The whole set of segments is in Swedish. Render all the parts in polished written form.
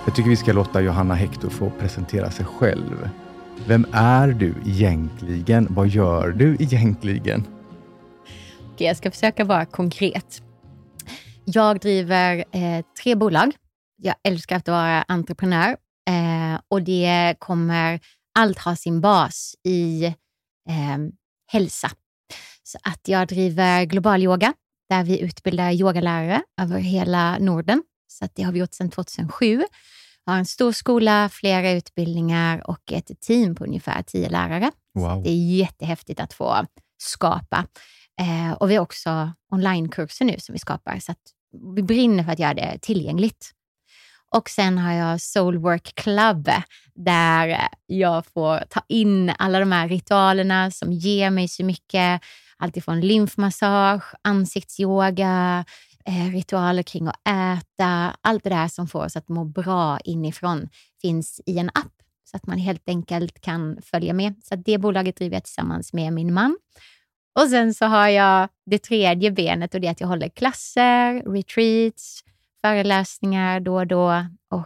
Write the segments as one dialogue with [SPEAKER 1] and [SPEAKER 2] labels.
[SPEAKER 1] Jag tycker vi ska låta Johanna Hector få presentera sig själv. Vem är du egentligen? Vad gör du egentligen?
[SPEAKER 2] Okej, jag ska försöka vara konkret. Jag driver 3 bolag. Jag älskar att vara entreprenör. Och det kommer allt ha sin bas i hälsa. Så att jag driver global yoga där vi utbildar yogalärare över hela Norden. Så att det har vi gjort sedan 2007. Jag har en stor skola, flera utbildningar och ett team på ungefär 10 lärare.
[SPEAKER 1] Wow.
[SPEAKER 2] Så det är jättehäftigt att få skapa. Och vi har också onlinekurser nu som vi skapar. Så att vi brinner för att göra det tillgängligt. Och sen har jag Soulwork Club där jag får ta in alla de här ritualerna som ger mig så mycket. Alltifrån lymfmassage, ansiktsyoga, ritualer kring att äta. Allt det där som får oss att må bra inifrån finns i en app. Så att man helt enkelt kan följa med. Så att det bolaget driver jag tillsammans med min man. Och sen så har jag det tredje benet och det är att jag håller klasser, retreats, föreläsningar då och då. Och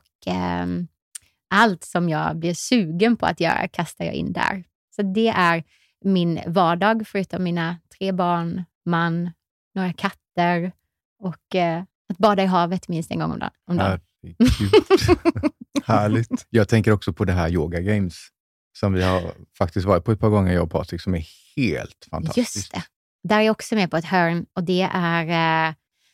[SPEAKER 2] allt som jag blir sugen på att göra kastar jag in där. Så det är min vardag förutom mina 3 barn, man, några katter och att bada i havet minst en gång om dagen.
[SPEAKER 1] Härligt. Jag tänker också på det här Yoga Games som vi har faktiskt varit på ett par gånger, jag och Patrik, som är helt fantastiskt.
[SPEAKER 2] Just det. Där är jag också med på ett hörn och det är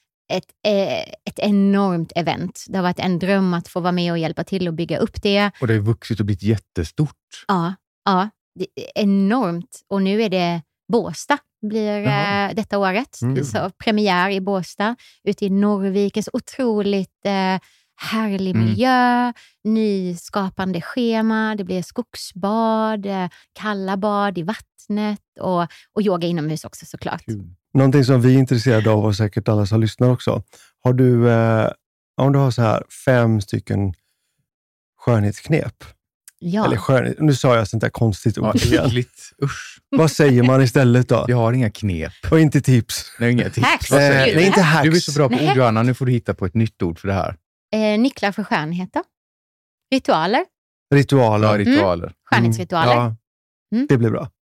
[SPEAKER 2] ett enormt event. Det har varit en dröm att få vara med och hjälpa till och bygga upp det.
[SPEAKER 1] Och det har vuxit och blivit jättestort.
[SPEAKER 2] Ja, det är enormt. Och nu är det Båstad blir detta året. Så premiär i Båstad ute i Norrviken. Så otroligt härlig miljö, nyskapande schema. Det blir skogsbad, kalla bad i vattnet och yoga inomhus också såklart.
[SPEAKER 1] Kul.
[SPEAKER 3] Någonting som vi är intresserade av och säkert alla som lyssnar också. Har du, om du har så här 5 stycken skönhetsknep.
[SPEAKER 2] Ja.
[SPEAKER 3] Eller nu sa jag sånt där konstigt ord igen.
[SPEAKER 1] Usch.
[SPEAKER 3] Vad säger man istället då?
[SPEAKER 1] Jag har inga knep.
[SPEAKER 3] Och inte tips.
[SPEAKER 1] Nej, inga tips.
[SPEAKER 2] Hacks.
[SPEAKER 3] Nej, inte hacks.
[SPEAKER 1] Du är så bra på ord, Johanna. Nu får du hitta på ett nytt ord för det här.
[SPEAKER 2] Nycklar för skönhet då? Ritualer.
[SPEAKER 3] Ritualer.
[SPEAKER 1] Ja, ritualer.
[SPEAKER 2] Skönhetsritualer.
[SPEAKER 3] Ja, det blir bra.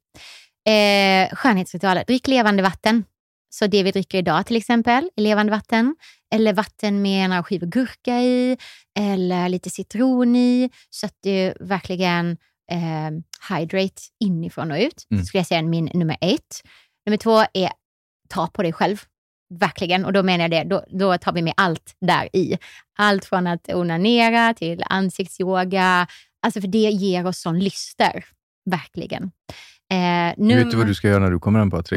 [SPEAKER 2] Skönhetsritualer. Drick levande vatten. Så det vi dricker idag till exempel är levande vatten. Eller vatten med några skivor gurka i. Eller lite citron i. Så att du verkligen hydrate inifrån och ut. Skulle jag säga min nummer 1. Nummer 2 är ta på dig själv. Verkligen. Och då menar jag det. Då tar vi med allt där i. Allt från att onanera till ansiktsyoga. Alltså för det ger oss sån lyster. Verkligen.
[SPEAKER 1] Vet du vad du ska göra när du kommer hem, Patrik?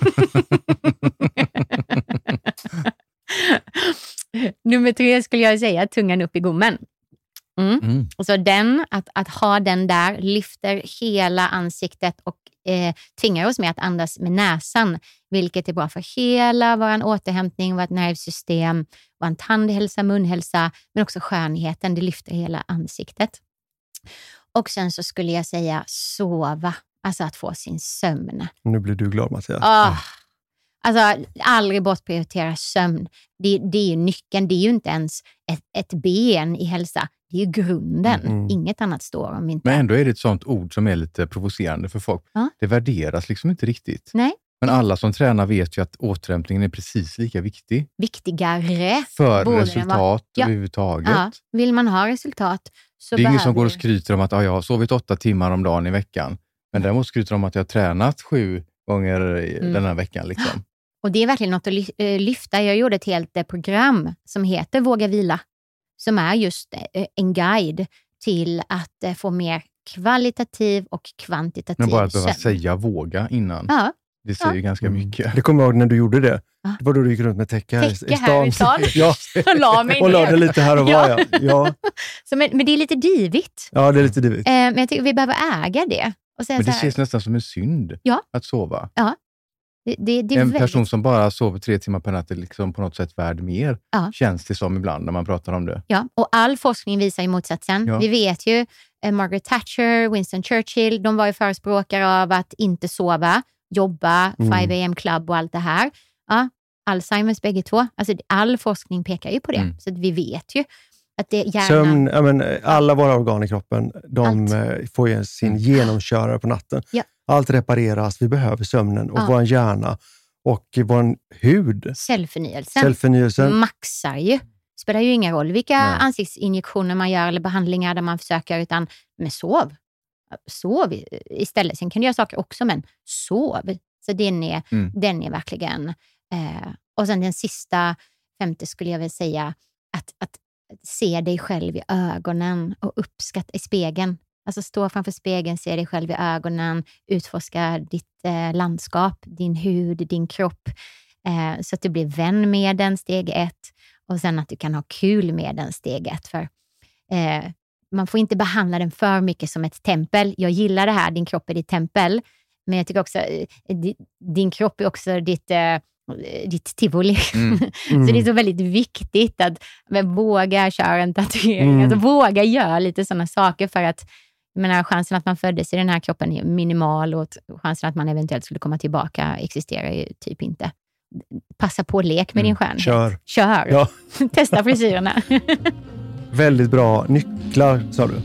[SPEAKER 2] Nummer 3 skulle jag säga, tungan upp i gommen. Och så att ha den där lyfter hela ansiktet och tvingar oss med att andas med näsan, vilket är bra för hela vår återhämtning, vårt nervsystem, vår tandhälsa, munhälsa, men också skönheten. Det lyfter hela ansiktet. Och sen så skulle jag säga sova. Alltså att få sin sömn.
[SPEAKER 3] Nu blir du glad, Mattias.
[SPEAKER 2] Alltså aldrig bortprioritera sömn. Det är ju nyckeln. Det är ju inte ens ett ben i hälsa. Det är ju grunden. Inget annat står om inte.
[SPEAKER 1] Men ändå är det ett sånt ord som är lite provocerande för folk. Det värderas liksom inte riktigt.
[SPEAKER 2] Nej.
[SPEAKER 1] Men alla som tränar vet ju att återhämtningen är precis lika viktig.
[SPEAKER 2] Viktigare.
[SPEAKER 1] För resultat överhuvudtaget.
[SPEAKER 2] Ja. Vill man ha resultat så
[SPEAKER 1] det är ingen som går och skryter om att jag har sovit 8 timmar om dagen i veckan. Men däremot skryter om att jag har tränat 7 gånger den här veckan. Liksom.
[SPEAKER 2] Och det är verkligen något att lyfta. Jag gjorde ett helt program som heter Våga vila. Som är just en guide till att få mer kvalitativ och kvantitativ
[SPEAKER 1] men bara att behöva
[SPEAKER 2] sömn.
[SPEAKER 1] säga våga innan.
[SPEAKER 2] Ja.
[SPEAKER 1] Det säger ju ganska mycket.
[SPEAKER 3] Det kommer jag ihåg när du gjorde det. Det var då du gick runt med täcke här i stan.
[SPEAKER 2] Ja. Och
[SPEAKER 3] la det lite här och var. Ja.
[SPEAKER 2] Så, men det är lite divigt.
[SPEAKER 3] Ja, det är lite divigt.
[SPEAKER 2] Men jag tycker vi behöver äga det. Och säga
[SPEAKER 1] men det
[SPEAKER 2] så här,
[SPEAKER 1] ses nästan som en synd att sova.
[SPEAKER 2] Ja. Det är
[SPEAKER 1] en person som bara sover 3 timmar per natt är liksom på något sätt värd mer. Känns det som ibland när man pratar om det.
[SPEAKER 2] Ja, och all forskning visar ju motsatsen. Ja. Vi vet ju Margaret Thatcher, Winston Churchill, de var ju förespråkare av att inte sova, jobba, 5 AM Club och allt det här. Ja, Alzheimers bägge två. Alltså all forskning pekar ju på det. Så att vi vet ju. Att det hjärnan...
[SPEAKER 3] Sömn, alla våra organ i kroppen, de får ju sin genomkörare på natten.
[SPEAKER 2] Ja.
[SPEAKER 3] Allt repareras, vi behöver sömnen och vår hjärna och vår hud.
[SPEAKER 2] Cellförnyelsen maxar ju. Spelar ju ingen roll vilka ansiktsinjektioner man gör eller behandlingar där man försöker, utan men sov istället. Sen kan du göra saker också, men sov. Så den är verkligen... och sen den sista 5:e skulle jag väl säga, att se dig själv i ögonen och uppskatta i spegeln. Alltså stå framför spegeln, se dig själv i ögonen, utforska ditt landskap, din hud, din kropp. Så att du blir vän med den, steg 1. Och sen att du kan ha kul med den, steg 1. För man får inte behandla den för mycket som ett tempel. Jag gillar det här, din kropp är ditt tempel. Men jag tycker också din kropp är också ditt tivoli. Så det är så väldigt viktigt att våga köra en tatuering. Alltså våga göra lite sådana saker, för att chansen att man föddes i den här kroppen är minimal, och chansen att man eventuellt skulle komma tillbaka existerar ju typ inte. Passa på lek med din skönhet. Kör. Ja. Testa frisyrerna.
[SPEAKER 3] Väldigt bra nycklar, sa du.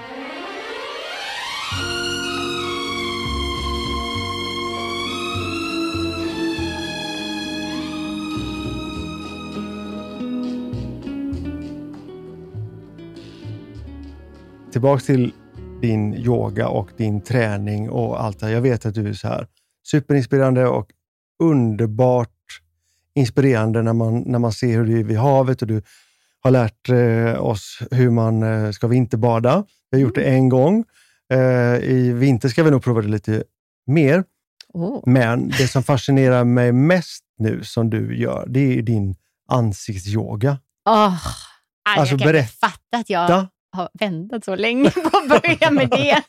[SPEAKER 3] Tillbaka till din yoga och din träning och allt det här. Jag vet att du är så här superinspirerande och underbart inspirerande när man ser hur det är vid havet, och du har lärt oss hur man ska vinterbada. Vi har gjort det en gång. I vinter ska vi nog prova det lite mer. Men det som fascinerar mig mest nu som du gör, det är din ansiktsyoga.
[SPEAKER 2] Alltså, jag kan inte fatta att jag har väntat så länge på att börja med det.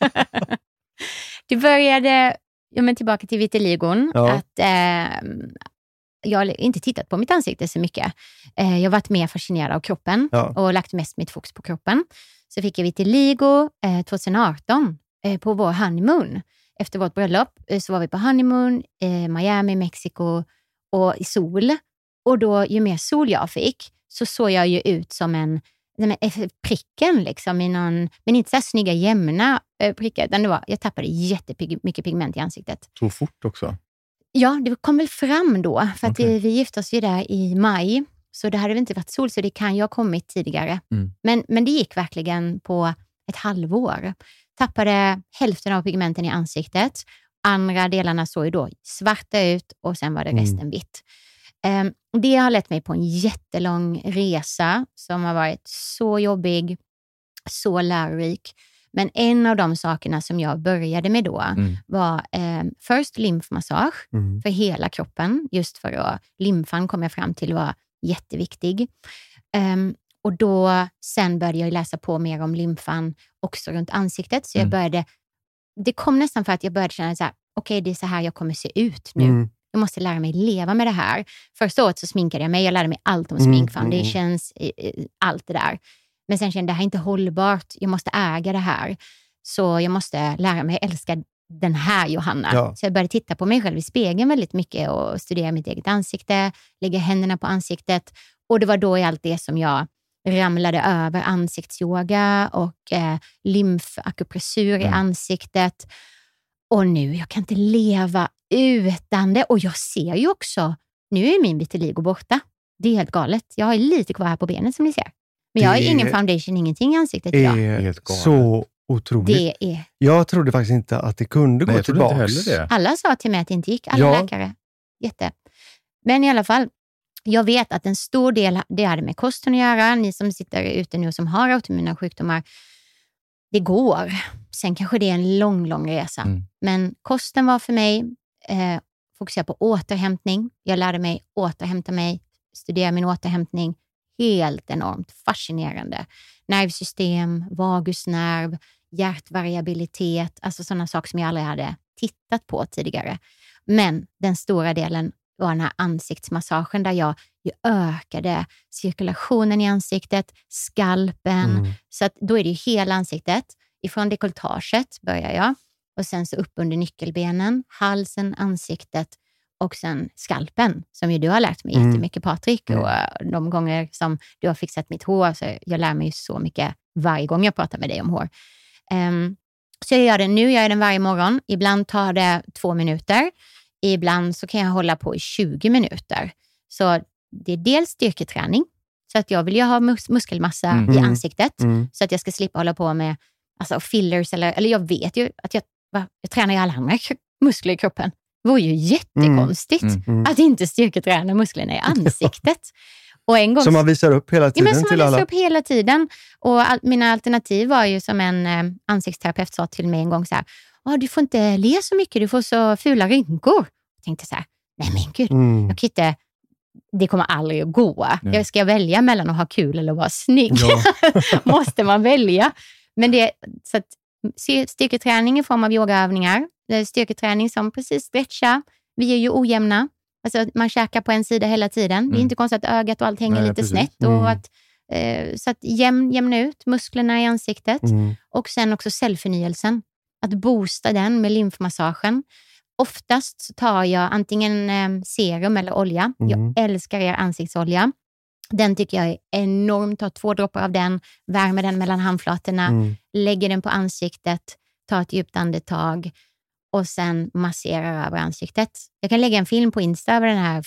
[SPEAKER 2] Det började tillbaka till vitiligon. Att jag har inte tittat på mitt ansikte så mycket. Jag har varit mer fascinerad av kroppen och lagt mest mitt fokus på kroppen. Så fick jag vitiligo 2018 på vår honeymoon. Efter vårt bröllop så var vi på honeymoon i Miami, Mexiko och i sol. Och då, ju mer sol jag fick, så såg jag ju ut som en pricken liksom i någon, men inte så här snygga jämna prickar, utan jag tappade jättemycket pigment i ansiktet.
[SPEAKER 1] Så fort också?
[SPEAKER 2] Ja, det kom väl fram då, för att vi gifte oss ju där i maj, så det hade väl inte varit sol, så det kan ju ha kommit tidigare. Men det gick verkligen på ett halvår. Tappade hälften av pigmenten i ansiktet. Andra delarna såg ju då svarta ut, och sen var det resten vitt. Det har lett mig på en jättelång resa som har varit så jobbig, så lärorik. Men en av de sakerna som jag började med då var först lymfmassage för hela kroppen. Just för att lymfan kom jag fram till var jätteviktig. Och då sen började jag läsa på mer om lymfan också runt ansiktet. Så det kom nästan för att jag började känna så här, okej, det är så här jag kommer se ut nu. Jag måste lära mig leva med det här. Första året så sminkade jag mig. Jag lärde mig allt om smink, foundations, allt det där. Men sen kände jag, det här är inte hållbart. Jag måste äga det här. Så jag måste lära mig älska den här Johanna. Ja. Så jag började titta på mig själv i spegeln väldigt mycket och studera mitt eget ansikte. Lägga händerna på ansiktet. Och det var då i allt det som jag ramlade över ansiktsyoga och lymfakupressur i ansiktet. Och nu, jag kan inte leva utan det. Och jag ser ju också, nu är min vitiligo borta. Det är helt galet. Jag har lite kvar här på benen som ni ser. Men jag har ingen foundation, ingenting i ansiktet idag.
[SPEAKER 3] Det är så otroligt. Jag trodde faktiskt inte att det kunde gå tillbaka.
[SPEAKER 2] Alla sa till mig att det inte gick. Alla läkare. Men i alla fall, jag vet att en stor del, det hade med kosten att göra. Ni som sitter ute nu som har autoimmuna sjukdomar, det går. Sen kanske det är en lång resa. Men kosten var för mig, fokusera på återhämtning. Jag lärde mig återhämta mig, studera min återhämtning. Helt enormt fascinerande. Nervsystem, vagusnerv, hjärtvariabilitet, alltså sådana saker som jag aldrig hade tittat på tidigare. Men den stora delen var den här ansiktsmassagen där jag ökade cirkulationen i ansiktet, skalpen. Så att då är det ju hela ansiktet. Ifrån dekolletaget börjar jag. Och sen så upp under nyckelbenen, halsen, ansiktet och sen skalpen, som ju du har lärt mig jättemycket, Patrik. Och de gånger som du har fixat mitt hår, så jag lär mig ju så mycket varje gång jag pratar med dig om hår. Så jag gör det nu, jag gör den varje morgon. Ibland tar det 2 minuter. Ibland så kan jag hålla på i 20 minuter. Så det är dels styrketräning. Så att jag vill ju ha muskelmassa i ansiktet. Så att jag ska slippa hålla på med fillers. Eller jag vet ju att jag tränar ju alla andra muskler i kroppen. Det vore ju jättekonstigt att inte styrketräna musklerna i ansiktet. Och en gång,
[SPEAKER 3] som man visar upp hela tiden
[SPEAKER 2] som
[SPEAKER 3] till
[SPEAKER 2] man visar
[SPEAKER 3] alla.
[SPEAKER 2] upp hela tiden. Och mina alternativ var ju, som en ansiktsterapeut sa till mig en gång så här: du får inte le så mycket, du får så fula rynkor. Jag tänkte så här, nej men gud, jag kan inte, det kommer aldrig att gå. Jag ska välja mellan att ha kul eller vara snygg. Ja. Måste man välja. Men så att styrketräning i form av yogaövningar, styrketräning som precis stretcha. Vi är ju ojämna. Alltså man käkar på en sida hela tiden. Det är inte konstigt att ögat och allt hänger lite snett. Och så att jämna ut musklerna i ansiktet. Och sen också cellförnyelsen. Att boosta den med lymfmassagen. Oftast så tar jag antingen serum eller olja. Jag älskar er ansiktsolja. Den tycker jag är enormt. Ta 2 droppar av den, värmer den mellan handflatorna, lägger den på ansiktet, tar ett djupt andetag och sen masserar över ansiktet. Jag kan lägga en film på Insta över den här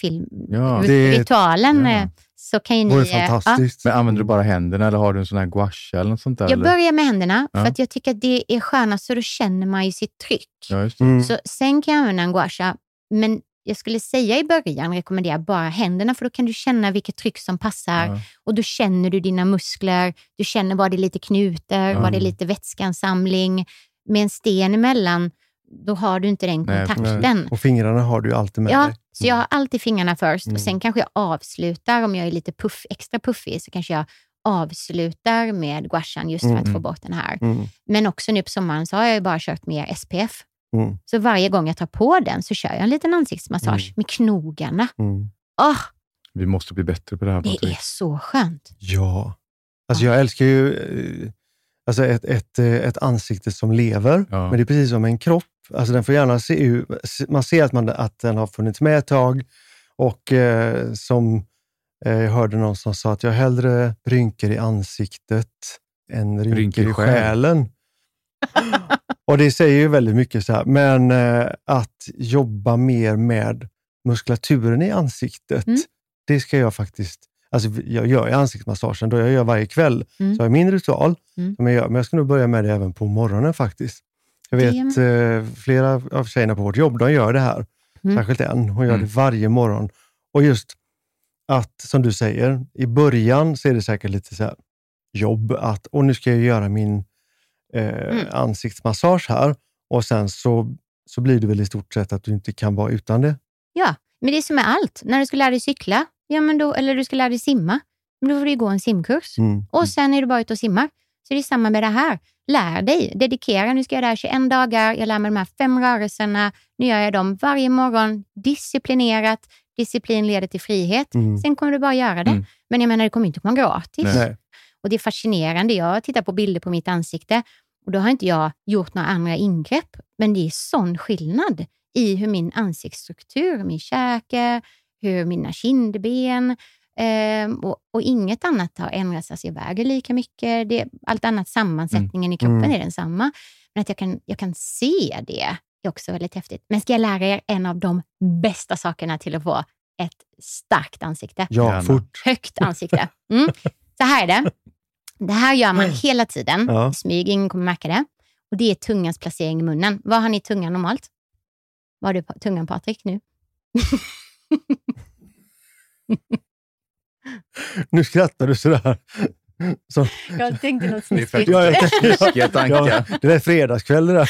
[SPEAKER 2] ritualen. Så kan ju ni...
[SPEAKER 3] Det är fantastiskt.
[SPEAKER 1] Men använder du bara händerna eller har du en sån här gouache eller något sånt där?
[SPEAKER 2] Jag börjar med händerna för att jag tycker att det är skönast, så då känner man ju sitt tryck.
[SPEAKER 1] Ja, just det.
[SPEAKER 2] Så sen kan jag använda en gouache, men jag skulle säga i början rekommendera bara händerna, för då kan du känna vilket tryck som passar och då känner du dina muskler, du känner var det är lite knuter, var det är lite vätskansamling. Med en sten emellan, då har du inte den kontakten.
[SPEAKER 3] Nej. Och fingrarna har du alltid med dig.
[SPEAKER 2] Så jag har alltid fingrarna först och sen kanske jag avslutar, om jag är lite extra puffig, så kanske jag avslutar med gouachen just för att få bort den här. Men också nu på sommaren så har jag ju bara kört mer SPF. Så varje gång jag tar på den så kör jag en liten ansiktsmassage med knogarna.
[SPEAKER 1] Vi måste bli bättre på det här.
[SPEAKER 2] Det är så skönt.
[SPEAKER 3] Ja. Alltså jag älskar ju ett ansikte som lever. Men det är precis som en kropp. Alltså den får gärna se ut, man ser att den har funnits med ett tag. Och som jag hörde någon som sa att jag hellre rynkor i ansiktet än rynkor i själen. Och det säger ju väldigt mycket så här. Men att jobba mer med muskulaturen i ansiktet, det ska jag faktiskt... Alltså jag gör i ansiktsmassagen, då jag gör varje kväll. Så har jag min ritual som jag gör. Men jag ska nog börja med det även på morgonen faktiskt. Jag vet flera av tjejerna på vårt jobb, de gör det här. Särskilt en. Hon gör det varje morgon. Och just att, som du säger, i början så är det säkert lite så här jobb att, och nu ska jag göra min ansiktsmassage här. Och sen så blir det väl i stort sett att du inte kan vara utan det.
[SPEAKER 2] Ja, men det är som med allt. När du ska lära dig cykla, eller du ska lära dig simma, men då får du gå en simkurs. Och sen är du bara ute och simmar. Så det är samma med det här. Lär dig, dedikera. Nu ska jag göra 21 dagar. Jag lär mig de här 5 rörelserna. Nu gör jag dem varje morgon. Disciplinerat. Disciplin leder till frihet. Sen kommer du bara göra det. Men jag menar, det kommer inte komma gratis.
[SPEAKER 3] Nej.
[SPEAKER 2] Och det är fascinerande. Jag tittar på bilder på mitt ansikte. Och då har inte jag gjort några andra ingrepp. Men det är sån skillnad i hur min ansiktsstruktur, min käke, hur mina kindben och inget annat har ändrats. Alltså jag väger lika mycket. Allt annat, sammansättningen i kroppen är densamma. Men att jag kan se det är också väldigt häftigt. Men ska jag lära er en av de bästa sakerna till att få ett starkt ansikte?
[SPEAKER 3] Ja, fort.
[SPEAKER 2] Högt ansikte. Så här är det. Det här gör man hela tiden. I smyg, ingen kommer märka det. Och det är tungans placering i munnen. Var har ni tungan normalt? Var har du tungan, Patrik, nu?
[SPEAKER 3] Nu skrattar du sådär. Så.
[SPEAKER 2] Jag tänkte något sniskigt.
[SPEAKER 1] Sniskiga tankar.
[SPEAKER 3] Det är fredagskväll det där.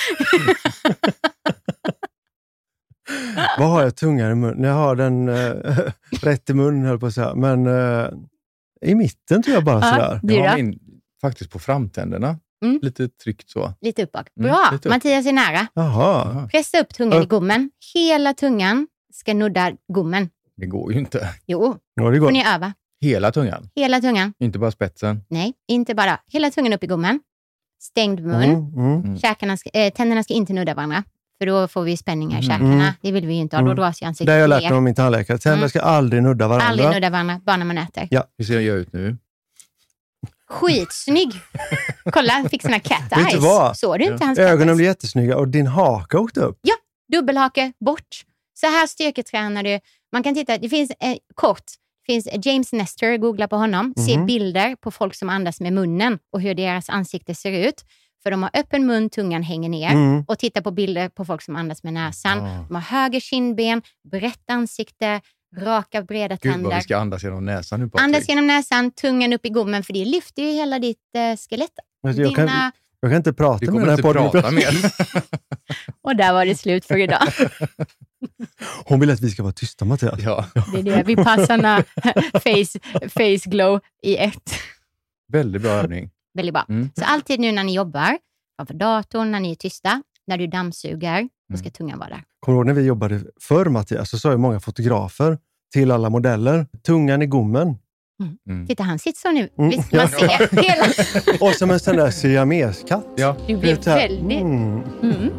[SPEAKER 3] Vad har jag tungan i munnen? Jag har den rätt i munnen, höll på att säga. Men i mitten tror jag bara sådär.
[SPEAKER 1] Jag har min faktiskt på framtänderna. Lite tryckt så.
[SPEAKER 2] Lite upp bak. Bra, lite upp. Mattias är nära.
[SPEAKER 3] Jaha.
[SPEAKER 2] Pressa upp tungan i gommen. Hela tungan ska nudda gommen.
[SPEAKER 1] Det går ju inte.
[SPEAKER 2] Jo,
[SPEAKER 3] ja, det går.
[SPEAKER 2] Får ni öva.
[SPEAKER 1] Hela tungan?
[SPEAKER 2] Hela tungan.
[SPEAKER 1] Inte bara spetsen?
[SPEAKER 2] Nej, inte bara. Hela tungan upp i gommen. Stängd mun. Tänderna ska inte nudda varandra. För då får vi spänningar i käkarna. Det vill vi ju inte ha. Då dras ju ansiktet.
[SPEAKER 3] Det har jag lärt mig av min tandläkare. Tänder ska aldrig nudda varandra.
[SPEAKER 2] Aldrig nudda varandra, bara när man äter.
[SPEAKER 3] Ja.
[SPEAKER 1] Hur ser jag ut nu?
[SPEAKER 2] Skitsnygg. Kolla, fick såna cat
[SPEAKER 3] Vet du
[SPEAKER 2] eyes.
[SPEAKER 3] vad?
[SPEAKER 2] Såg du inte hans
[SPEAKER 3] Ögonen
[SPEAKER 2] cat
[SPEAKER 3] blir
[SPEAKER 2] eyes?
[SPEAKER 3] jättesnygga och din haka åkte upp.
[SPEAKER 2] Ja, dubbelhake, bort. Så här styrketränar du. Man kan titta, det finns finns James Nestor, googla på honom. Se bilder på folk som andas med munnen och hur deras ansikte ser ut. För de har öppen mun, tungan hänger ner. Och titta på bilder på folk som andas med näsan. De har höger kindben, brett ansikte, raka, breda tänder.
[SPEAKER 1] Gud vad vi ska andas genom näsan nu.
[SPEAKER 2] Andas genom näsan, tungan upp i gommen, för det lyfter ju hela ditt skelett.
[SPEAKER 3] Jag kan inte prata med den här podden.
[SPEAKER 1] Prata mer.
[SPEAKER 2] Och där var det slut för idag.
[SPEAKER 3] Hon vill att vi ska vara tysta, Mattias.
[SPEAKER 1] Ja.
[SPEAKER 2] Det är det. Vi passar face glow i ett.
[SPEAKER 1] Väldigt bra övning.
[SPEAKER 2] Väldigt bra. Så alltid nu när ni jobbar framför datorn, när ni är tysta, när du dammsuger, då ska tungan vara där.
[SPEAKER 3] Kommer du ihåg när vi jobbade förr, Mattias, så sa ju många fotografer till alla modeller, tungan i gommen.
[SPEAKER 2] Titta, han sitter så nu. Visst, man ser hela.
[SPEAKER 3] Och som en sån där siameskatt.
[SPEAKER 1] Ja.
[SPEAKER 2] Du blir
[SPEAKER 3] Det är så här,
[SPEAKER 2] väldigt...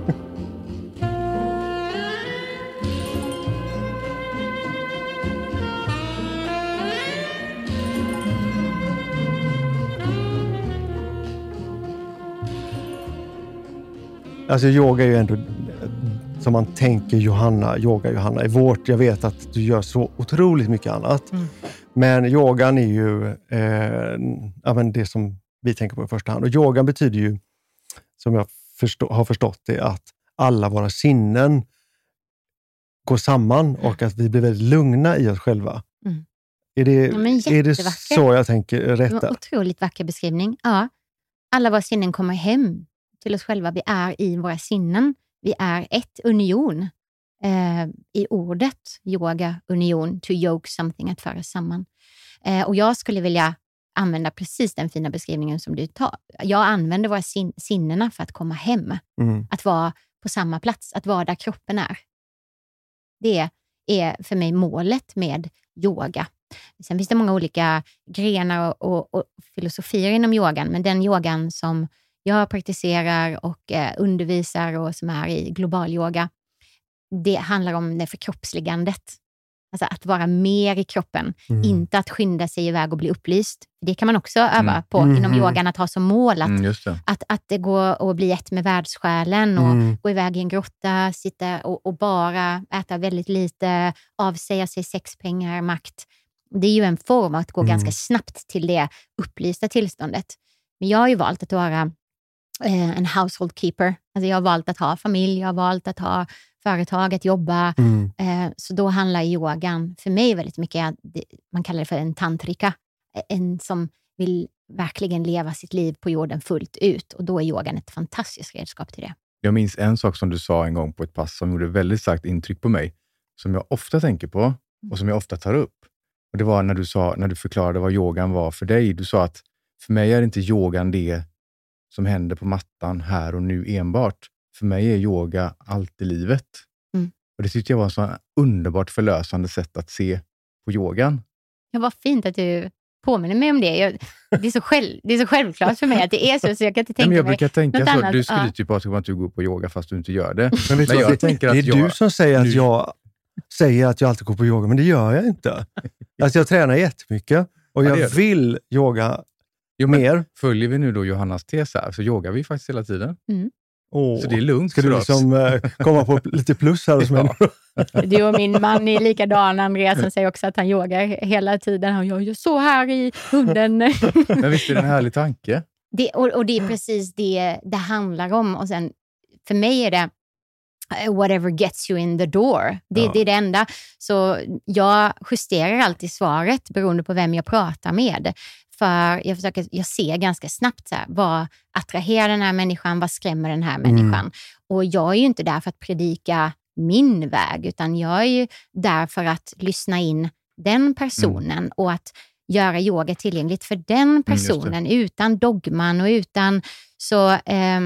[SPEAKER 3] Alltså yoga är ju ändå, som man tänker Johanna, jag vet att du gör så otroligt mycket annat. Men yogan är ju det som vi tänker på i första hand. Och yogan betyder ju, som jag har förstått det, att alla våra sinnen går samman och att vi blir väldigt lugna i oss själva. Är det så jag tänker rätt?
[SPEAKER 2] Det var en otroligt vacker beskrivning. Ja. Alla våra sinnen kommer hem till oss själva. Vi är i våra sinnen. Vi är ett union. I ordet yoga, union, to yoke something, att föra samman. Och jag skulle vilja använda precis den fina beskrivningen som du tar. Jag använder våra sinnena för att komma hem. Att vara på samma plats, att vara där kroppen är. Det är för mig målet med yoga. Sen finns det många olika grenar och filosofier inom yogan, men den yogan som jag praktiserar och undervisar och som är i global yoga, det handlar om det förkroppsligandet. Alltså att vara mer i kroppen. Inte att skynda sig iväg och bli upplyst. Det kan man också öva på inom yogan, att ha som mål att det går att bli ett med världssjälen och gå iväg i en grotta, sitta och bara äta väldigt lite, avsäga sig sex, pengar, makt. Det är ju en form att gå ganska snabbt till det upplysta tillståndet. Men jag har ju valt att vara en household keeper. Alltså jag har valt att ha familj, jag har valt att ha företag, att jobba. Så då handlar yogan för mig väldigt mycket, man kallar det för en tantrika. En som vill verkligen leva sitt liv på jorden fullt ut. Och då är yogan ett fantastiskt redskap till det.
[SPEAKER 1] Jag minns en sak som du sa en gång på ett pass som gjorde väldigt starkt intryck på mig. Som jag ofta tänker på och som jag ofta tar upp. Och det var när du förklarade vad yogan var för dig. Du sa att för mig är inte yogan det som händer på mattan här och nu enbart. För mig är yoga allt i livet. Och det tyckte jag var ett så underbart förlösande sätt att se på yogan.
[SPEAKER 2] Ja, vad fint att du påminner mig om det. Det är så självklart för mig att det är så jag kan inte tänka mig.
[SPEAKER 1] Jag brukar tänka så.
[SPEAKER 2] Annat.
[SPEAKER 1] Du skryter på att du går på yoga fast du inte gör det.
[SPEAKER 3] Men jag tänker att det är du som säger att jag säger att jag alltid går på yoga, men det gör jag inte. Alltså jag tränar jättemycket och jag vill yoga mer.
[SPEAKER 1] Följer vi nu då Johannas tes här, så yogar vi faktiskt hela tiden. Så det är lugnt.
[SPEAKER 3] Ska du liksom komma på lite plus här hos mig?
[SPEAKER 2] Du och min man är likadan. Andreas som säger också att han yogar hela tiden. Han gör så här i hunden.
[SPEAKER 1] Men visst är det en härlig tanke?
[SPEAKER 2] Och det är precis det handlar om. Och sen för mig är det whatever gets you in the door. Det är det enda. Så jag justerar alltid svaret beroende på vem jag pratar med. För jag ser ganska snabbt så här, vad attraherar den här människan, vad skrämmer den här människan. Och jag är ju inte där för att predika min väg, utan jag är ju där för att lyssna in den personen och att göra yoga tillgängligt för den personen utan dogman och utan så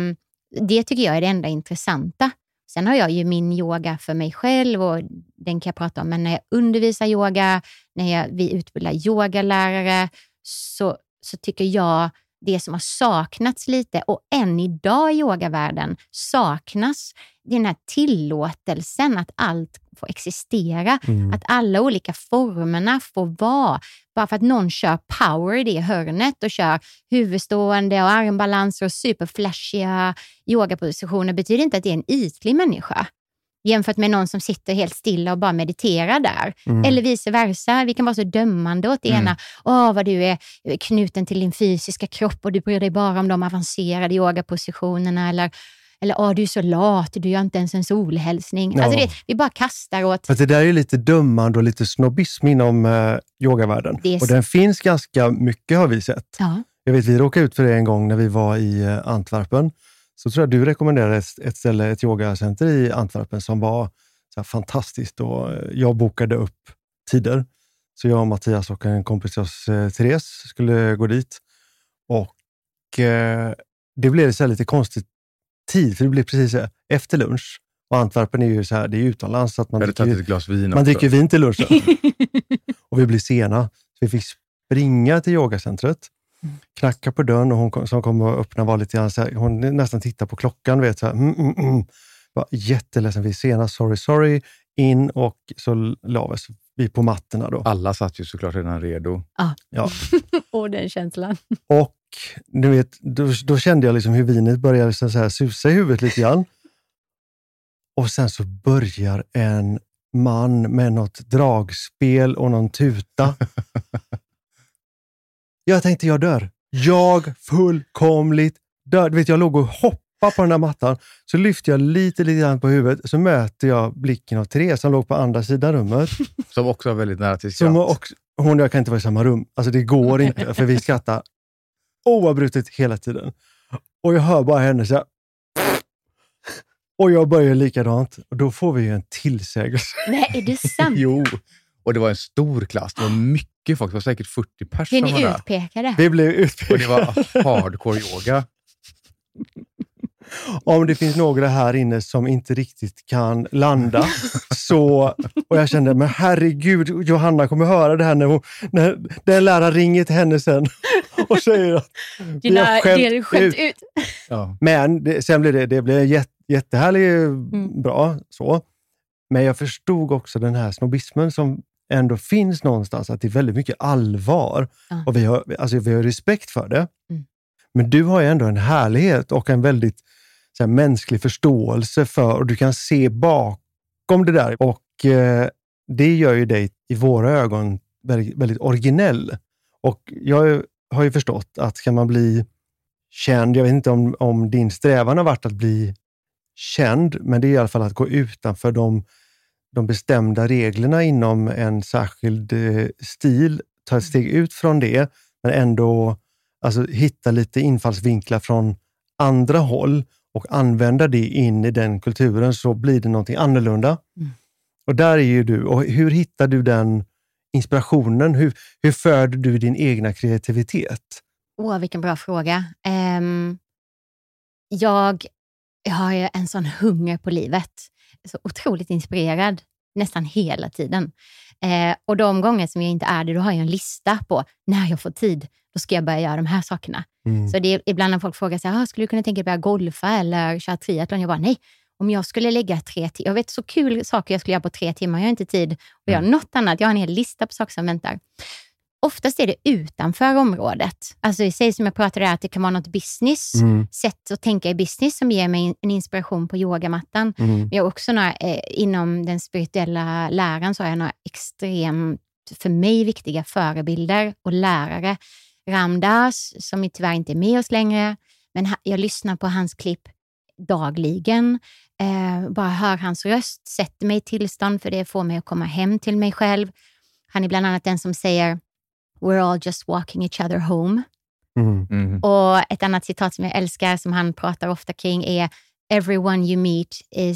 [SPEAKER 2] det tycker jag är det enda intressanta. Sen har jag ju min yoga för mig själv och den kan jag prata om, men när jag undervisar yoga, när vi utbildar yogalärare så tycker jag det som har saknats lite och än idag i yogavärlden saknas den här tillåtelsen att allt får existera. Att alla olika formerna får vara. Bara för att någon kör power i det hörnet och kör huvudstående och armbalanser och superflashiga yogapositioner betyder inte att det är en ytlig människa. Jämfört med någon som sitter helt stilla och bara mediterar där. Eller vice versa. Vi kan vara så dömande åt det ena. Vad du är knuten till din fysiska kropp och du bryr dig bara om de avancerade yogapositionerna. Eller du är så lat, du gör inte ens en solhälsning.
[SPEAKER 3] Ja.
[SPEAKER 2] Alltså vi bara kastar åt...
[SPEAKER 3] För det där är lite dömande och lite snobbism inom yogavärlden. Och den finns ganska mycket har vi sett.
[SPEAKER 2] Ja.
[SPEAKER 3] Jag vet, vi råkade ut för det en gång när vi var i Antwerpen. Så tror jag du rekommenderade ett yogacenter i Antwerpen som var så här fantastiskt. Och jag bokade upp tider. Så jag och Mattias och en kompis till oss, Therese, skulle gå dit. Och det blev så här lite konstigt tid, för det blev precis så här, efter lunch. Och Antwerpen är ju så här, det är utomlands. Så att man
[SPEAKER 1] tagit ett glas vin
[SPEAKER 3] man dricker vin till lunchen. Och vi blir sena. Så vi fick springa till yogacentret. Knacka på dörren och hon som kom och öppna var lite grann så här, hon nästan tittar på klockan, vet så här, var jätteledsen, vi är sena, sorry, in och så la vi på mattorna då.
[SPEAKER 1] Alla satt ju såklart redan redo.
[SPEAKER 3] Ja.
[SPEAKER 2] Och den känslan.
[SPEAKER 3] Och du vet, då kände jag liksom hur vinet började så här susa i huvudet lite grann. Och sen så börjar en man med något dragspel och någon tuta. Jag tänkte jag dör. Jag fullkomligt dör. Du vet, jag låg och hoppade på den där mattan. Så lyfte jag lite grann på huvudet. Så möter jag blicken av Therese som låg på andra sidan rummet.
[SPEAKER 1] Som också var väldigt nära till skratt.
[SPEAKER 3] Hon och jag kan inte vara i samma rum. Alltså det går inte. För vi skrattar oavbrutet hela tiden. Och jag hör bara henne så här. Och jag börjar likadant. Och då får vi ju en tillsägelse.
[SPEAKER 2] Nej, är det sant?
[SPEAKER 1] Jo. Och det var en stor klass. Det var mycket folk. Det var säkert 40 personer.
[SPEAKER 2] Blir ni utpekade?
[SPEAKER 3] Vi blev utpekade.
[SPEAKER 1] Och det var hardcore yoga.
[SPEAKER 3] Om det finns några här inne som inte riktigt kan landa. Så, och jag kände, men herregud, Johanna kommer höra det här när den läraren ringer till henne sen. Och säger att
[SPEAKER 2] det är skämt ut.
[SPEAKER 3] Ja. Men sen blev det blev jättehärligt bra. Så. Men jag förstod också den här snobbismen som ändå finns någonstans, att det är väldigt mycket allvar. Ja. Och vi har respekt för det. Men du har ju ändå en härlighet och en väldigt så här, mänsklig förståelse för, och du kan se bakom det där. Och det gör ju dig i våra ögon väldigt, väldigt originell. Och jag har ju förstått att ska man bli känd, jag vet inte om din strävan har varit att bli känd, men det är i alla fall att gå utanför de bestämda reglerna inom en särskild stil, ta ett steg ut från det, men ändå alltså, hitta lite infallsvinklar från andra håll och använda det in i den kulturen, så blir det någonting annorlunda. Och där är ju du. Och hur hittar du den inspirationen? Hur föder du din egna kreativitet?
[SPEAKER 2] Vilken bra fråga. Jag har ju en sån hunger på livet. Så otroligt inspirerad nästan hela tiden. Och de gånger som jag inte är det, då har jag en lista på när jag får tid. Då ska jag börja göra de här sakerna. Så det är ibland när folk frågar sig, skulle du kunna tänka dig börja golfa eller köra triathlon? Jag bara, nej. Om jag skulle lägga 3 timmar, jag vet så kul saker jag skulle göra på 3 timmar, jag har inte tid att göra något annat. Jag har en hel lista på saker som väntar. Oftast är det utanför området. Alltså i sig som jag pratade där, att det kan vara något business, sätt att tänka i business som ger mig en inspiration på yogamattan. Men jag har också inom den spirituella läran så har jag några extremt för mig viktiga förebilder och lärare. Ram Dass, som tyvärr inte är med oss längre, men jag lyssnar på hans klipp dagligen. Bara hör hans röst, sätter mig i tillstånd, för det får mig att komma hem till mig själv. Han är bland annat den som säger "We're all just walking each other home". Och ett annat citat som jag älskar, som han pratar ofta kring, är "Everyone you meet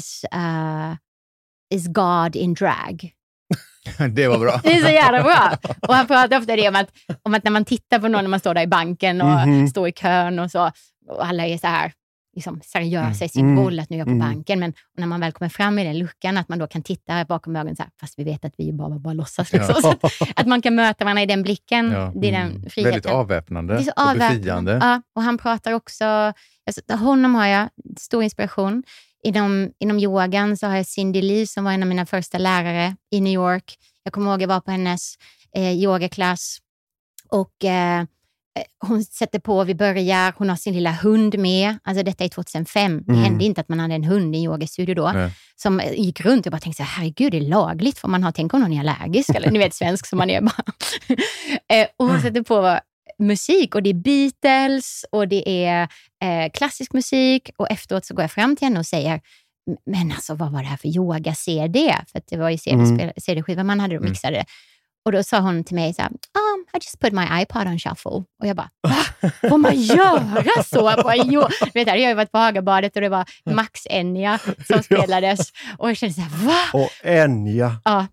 [SPEAKER 2] is God in drag".
[SPEAKER 1] Det var bra.
[SPEAKER 2] Det är så jävla bra. Och han pratar ofta det om att när man tittar på någon när man står där i banken och står i kön och så, och alla är så här liksom seriösa i sin roll att nu är jag på banken. Men när man väl kommer fram i den luckan, att man då kan titta bakom ögonen så här, fast vi vet att vi bara låtsas. Liksom. Så att man kan möta varandra i den blicken. Det är den friheten.
[SPEAKER 1] Väldigt avväpnande och befriande.
[SPEAKER 2] Ja, och han pratar också, alltså, honom har jag stor inspiration. Inom yogan så har jag Cindy Lee som var en av mina första lärare i New York. Jag kommer ihåg att jag var på hennes yogaklass och hon sätter på, vi börjar, hon har sin lilla hund med. Alltså detta är 2005. Det hände inte att man hade en hund i en yogastudio då. Som gick runt och bara tänkte så här, herregud, det är lagligt. För man har tänkt om någon är allergisk. Eller ni vet, svensk som man är bara. Och hon sätter på musik. Och det är Beatles. Och det är klassisk musik. Och efteråt så går jag fram till henne och säger, men alltså vad var det här för yoga-CD? För att det var ju CD-skiva man hade och mixade det. Och då sa hon till mig så här, I just put my iPod on shuffle. Och jag bara, får man göra så? Vet du, jag har ju varit på Hagabadet och det var Max Enya som spelades. Och jag kände så här, va?
[SPEAKER 3] Och Enya.
[SPEAKER 2] Ja.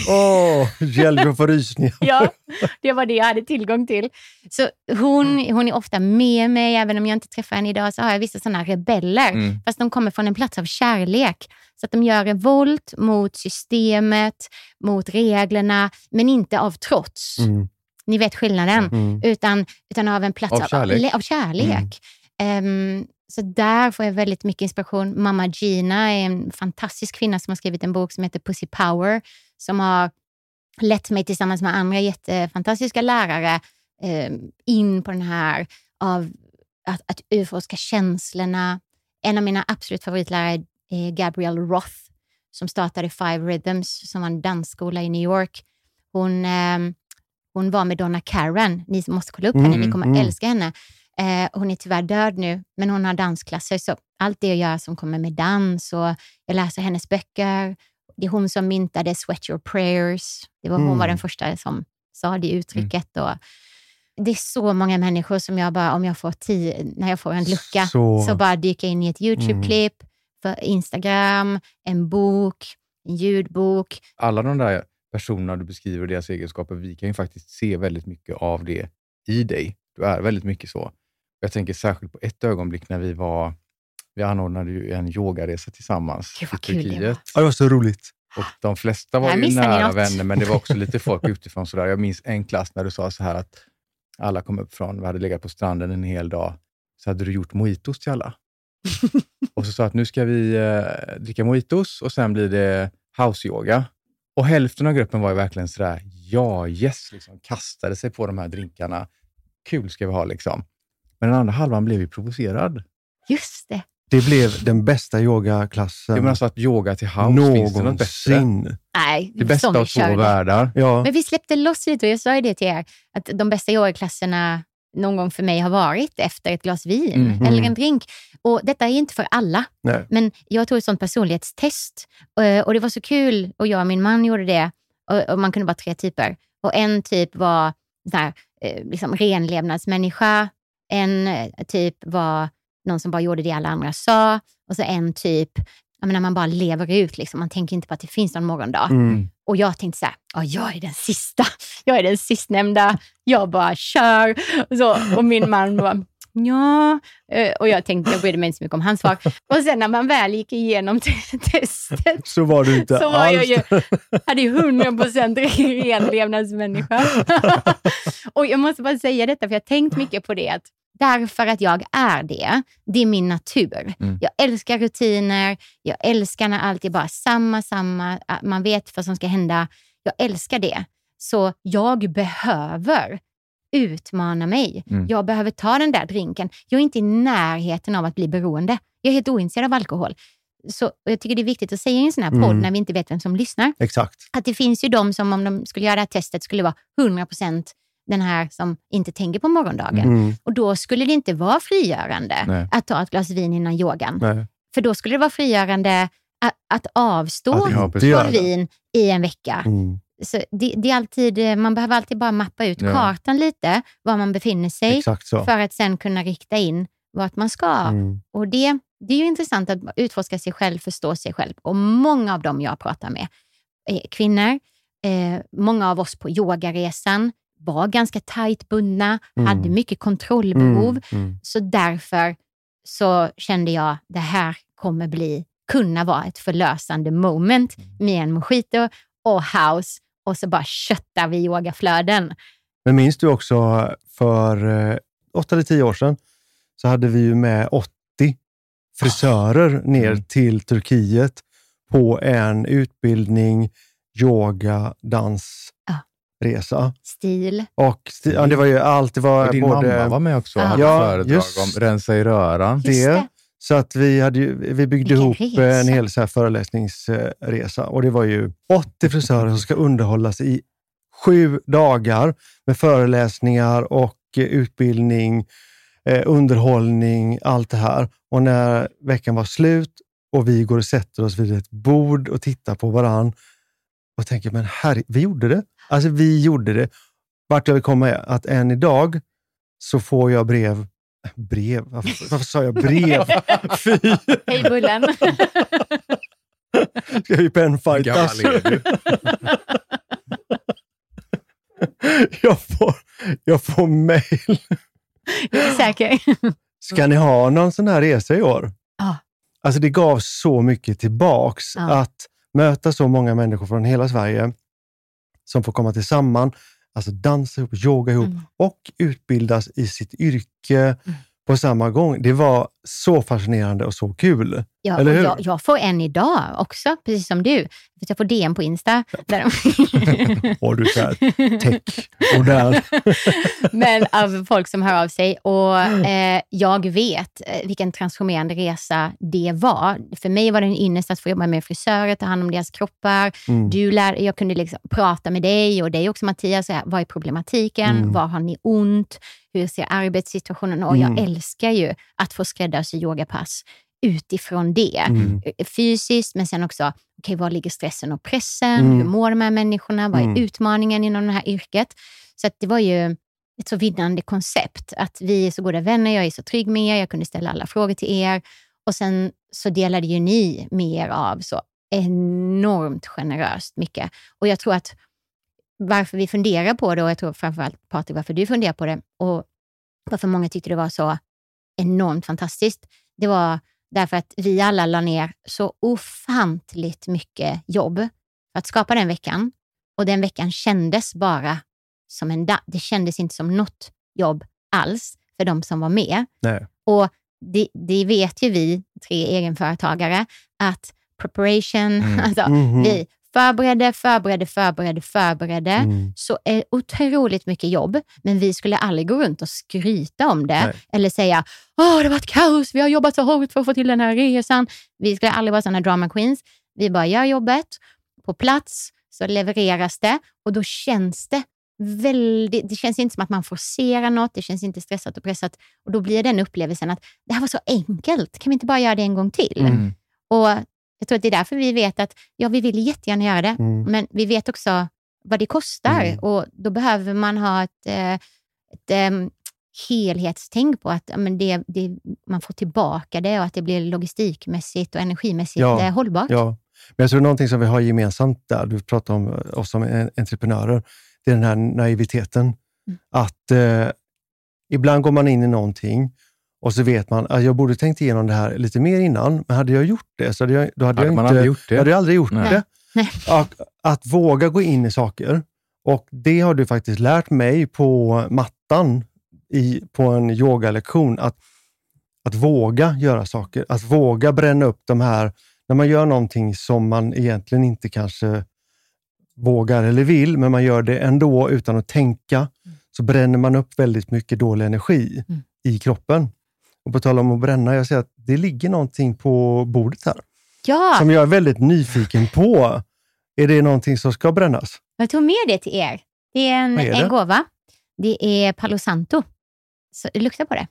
[SPEAKER 3] Hjälp för rysningar.
[SPEAKER 2] Ja, det var det jag hade tillgång till. Så hon är ofta med mig, även om jag inte träffar henne idag så har jag vissa sådana rebeller. Fast de kommer från en plats av kärlek. Så att de gör revolt mot systemet, mot reglerna, men inte av trots. Ni vet skillnaden. Utan av en plats av kärlek. Så där får jag väldigt mycket inspiration. Mamma Gina är en fantastisk kvinna som har skrivit en bok som heter Pussy Power. Som har lett mig tillsammans med andra jättefantastiska lärare in på den här av att utforska känslorna. En av mina absolut favoritlärare är Gabrielle Roth som startade Five Rhythms som var en dansskola i New York. Hon var med Donna Karan. Ni måste kolla upp henne, ni kommer älska henne. Hon är tyvärr död nu, men hon har dansklasser. Så allt det jag gör som kommer med dans och jag läser hennes böcker. Det är hon som myntade Sweat Your Prayers. Hon var den första som sa det uttrycket. Och det är så många människor som jag bara, om jag får tid, när jag får en lucka, så bara dyka in i ett YouTube-klipp, för Instagram, en bok, en ljudbok.
[SPEAKER 1] Alla de där personerna du beskriver, deras egenskaper, vi kan ju faktiskt se väldigt mycket av det i dig. Du är väldigt mycket så. Jag tänker särskilt på ett ögonblick när vi anordnade ju en yogaresa tillsammans i Turkiet.
[SPEAKER 3] Det var så roligt.
[SPEAKER 1] Och de flesta var ju nära vänner, men det var också lite folk utifrån sådär. Jag minns en klass när du sa så här att alla kom upp från, vi hade legat på stranden en hel dag, så hade du gjort mojitos till alla. Och så sa att nu ska vi dricka mojitos och sen blir det house-yoga. Och hälften av gruppen var ju verkligen sådär, liksom kastade sig på de här drinkarna. Kul ska vi ha liksom. Men den andra halvan blev ju provocerad.
[SPEAKER 2] Just det.
[SPEAKER 3] Det blev den bästa yogaklassen.
[SPEAKER 1] Det menar alltså att yoga till house, finns det något bättre?
[SPEAKER 2] Nej,
[SPEAKER 1] det bästa av två världar.
[SPEAKER 3] Ja.
[SPEAKER 2] Men vi släppte loss lite och jag sa ju det till er. Att de bästa yogaklasserna någon gång för mig har varit efter ett glas vin eller en drink. Och detta är inte för alla.
[SPEAKER 3] Nej.
[SPEAKER 2] Men jag tog ett sånt personlighetstest. Och det var så kul. Och jag och min man gjorde det. Och man kunde vara 3 typer. Och en typ var där, liksom renlevnadsmänniska. En typ var någon som bara gjorde det alla andra sa. Och så en typ, jag menar, man bara lever ut. Liksom. Man tänker inte på att det finns någon morgondag. Och jag tänkte så här, jag är den sista. Jag är den sistnämnda. Jag bara kör. Och min man bara, ja. Och jag tänkte, jag brydde mig inte så mycket om hans svar. Och sen när man väl gick igenom testet.
[SPEAKER 3] Så var du inte
[SPEAKER 2] så var jag ju, hade ju 100% renlevnadsmänniska. Och jag måste bara säga detta, för jag har tänkt mycket på det. Att därför att jag är det är min natur. Jag älskar rutiner, jag älskar när allt är bara samma, man vet vad som ska hända. Jag älskar det. Så jag behöver utmana mig. Jag behöver ta den där drinken. Jag är inte i närheten av att bli beroende. Jag är helt ointresserad av alkohol. Så jag tycker det är viktigt att säga i en sån här podd när vi inte vet vem som lyssnar.
[SPEAKER 3] Exakt.
[SPEAKER 2] Att det finns ju de som om de skulle göra det här testet skulle vara 100% den här som inte tänker på morgondagen. Och då skulle det inte vara frigörande att ta ett glas vin innan yogan.
[SPEAKER 3] Nej.
[SPEAKER 2] För då skulle det vara frigörande att avstå från vin i en vecka. Så det är alltid, man behöver alltid bara mappa ut kartan lite, var man befinner sig, för att sen kunna rikta in vart man ska. Och det är ju intressant att utforska sig själv, förstå sig själv. Och många av dem jag pratar med är kvinnor. Många av oss på yogaresan var ganska tajt bundna, hade mycket kontrollbehov. Så därför så kände jag det här kommer kunna vara ett förlösande moment med en mojito och house och så bara köttar vi yogaflöden.
[SPEAKER 3] Men minns du också för 8 eller 10 år sedan så hade vi ju med 80 frisörer ner till Turkiet på en utbildning, yoga, dansresa.
[SPEAKER 2] Stil.
[SPEAKER 3] Och det var ju allt. Det var
[SPEAKER 1] och din
[SPEAKER 3] både...
[SPEAKER 1] mamma var med också. Hade föredrag om rensa i röran.
[SPEAKER 3] Det. Så att vi byggde ihop en hel så här föreläsningsresa. Och det var ju 80 frisörer som ska underhållas i 7 dagar med föreläsningar och utbildning, underhållning, allt det här. Och när veckan var slut och vi går och sätter oss vid ett bord och tittar på varann och tänker, men vi gjorde det. Alltså vi gjorde det. Vart jag vill komma är att än idag så får jag brev. Varför sa jag brev? Fy!
[SPEAKER 2] Hej Bullen!
[SPEAKER 3] Ska vi penfightas? Jag får mejl.
[SPEAKER 2] Jag är säker.
[SPEAKER 3] Ska ni ha någon sån här resa i år?
[SPEAKER 2] Ja.
[SPEAKER 3] Alltså det gav så mycket tillbaks att möta så många människor från hela Sverige som får komma tillsammans, alltså dansa ihop, yoga ihop och utbildas i sitt yrke på samma gång. Det var så fascinerande och så kul.
[SPEAKER 2] Ja,
[SPEAKER 3] eller hur?
[SPEAKER 2] Jag får en idag också, precis som du. Jag får DM på Insta.
[SPEAKER 3] Och du är tech och där.
[SPEAKER 2] Men av folk som hör av sig. Och jag vet vilken transformerande resa det var. För mig var det en ynnest att få jobba med frisörer, ta hand om deras kroppar. Jag kunde liksom prata med dig och dig också Mattias. Så här, vad är problematiken? Var har ni ont? Hur ser arbetssituationen? Och jag älskar ju att få skräddarsy yogapass utifrån det. Fysiskt, men sen också, var ligger stressen och pressen? Hur mår de här människorna? Vad är utmaningen inom det här yrket? Så att det var ju ett så vinnande koncept. Att vi är så goda vänner, jag är så trygg med er, jag kunde ställa alla frågor till er. Och sen så delade ju ni med er av så enormt generöst mycket. Och jag tror att varför vi funderar på det, och jag tror framförallt Patrik varför du funderar på det, och varför många tyckte det var så enormt fantastiskt, det var därför att vi alla la ner så ofantligt mycket jobb för att skapa den veckan. Och den veckan kändes bara som det kändes inte som något jobb alls för de som var med.
[SPEAKER 3] Nej.
[SPEAKER 2] Och det vet ju vi 3 egenföretagare att preparation, alltså vi förberedde. Så är otroligt mycket jobb. Men vi skulle aldrig gå runt och skryta om det.
[SPEAKER 3] Nej.
[SPEAKER 2] Eller säga, det var ett kaos, vi har jobbat så hårt för att få till den här resan. Vi skulle aldrig vara sådana drama queens. Vi bara gör jobbet på plats, så levereras det. Och då känns det det känns inte som att man forcerar något. Det känns inte stressat och pressat. Och då blir den upplevelsen att det här var så enkelt. Kan vi inte bara göra det en gång till? Och jag tror att det är därför vi vet att vi vill jättegärna göra det. Men vi vet också vad det kostar. Och då behöver man ha ett helhetstänk på att man får tillbaka det och att det blir logistikmässigt och energimässigt hållbart.
[SPEAKER 3] Ja, men jag tror någonting som vi har gemensamt där, du pratar om oss som entreprenörer, det är den här naiviteten. Att ibland går man in i någonting och så vet man att jag borde tänkt igenom det här lite mer innan, men hade jag gjort det så hade jag aldrig gjort det.
[SPEAKER 2] Nej.
[SPEAKER 3] Att våga gå in i saker, och det har du faktiskt lärt mig på mattan på en yogalektion, att våga göra saker, att våga bränna upp de här, när man gör någonting som man egentligen inte kanske vågar eller vill, men man gör det ändå utan att tänka, så bränner man upp väldigt mycket dålig energi i kroppen. Och på tal om att bränna, jag säger att det ligger någonting på bordet här.
[SPEAKER 2] Ja.
[SPEAKER 3] Som jag är väldigt nyfiken på. Är det någonting som ska brännas?
[SPEAKER 2] Jag tog med det till er. Det är en gåva. Det är Palo Santo. Så lukta på det.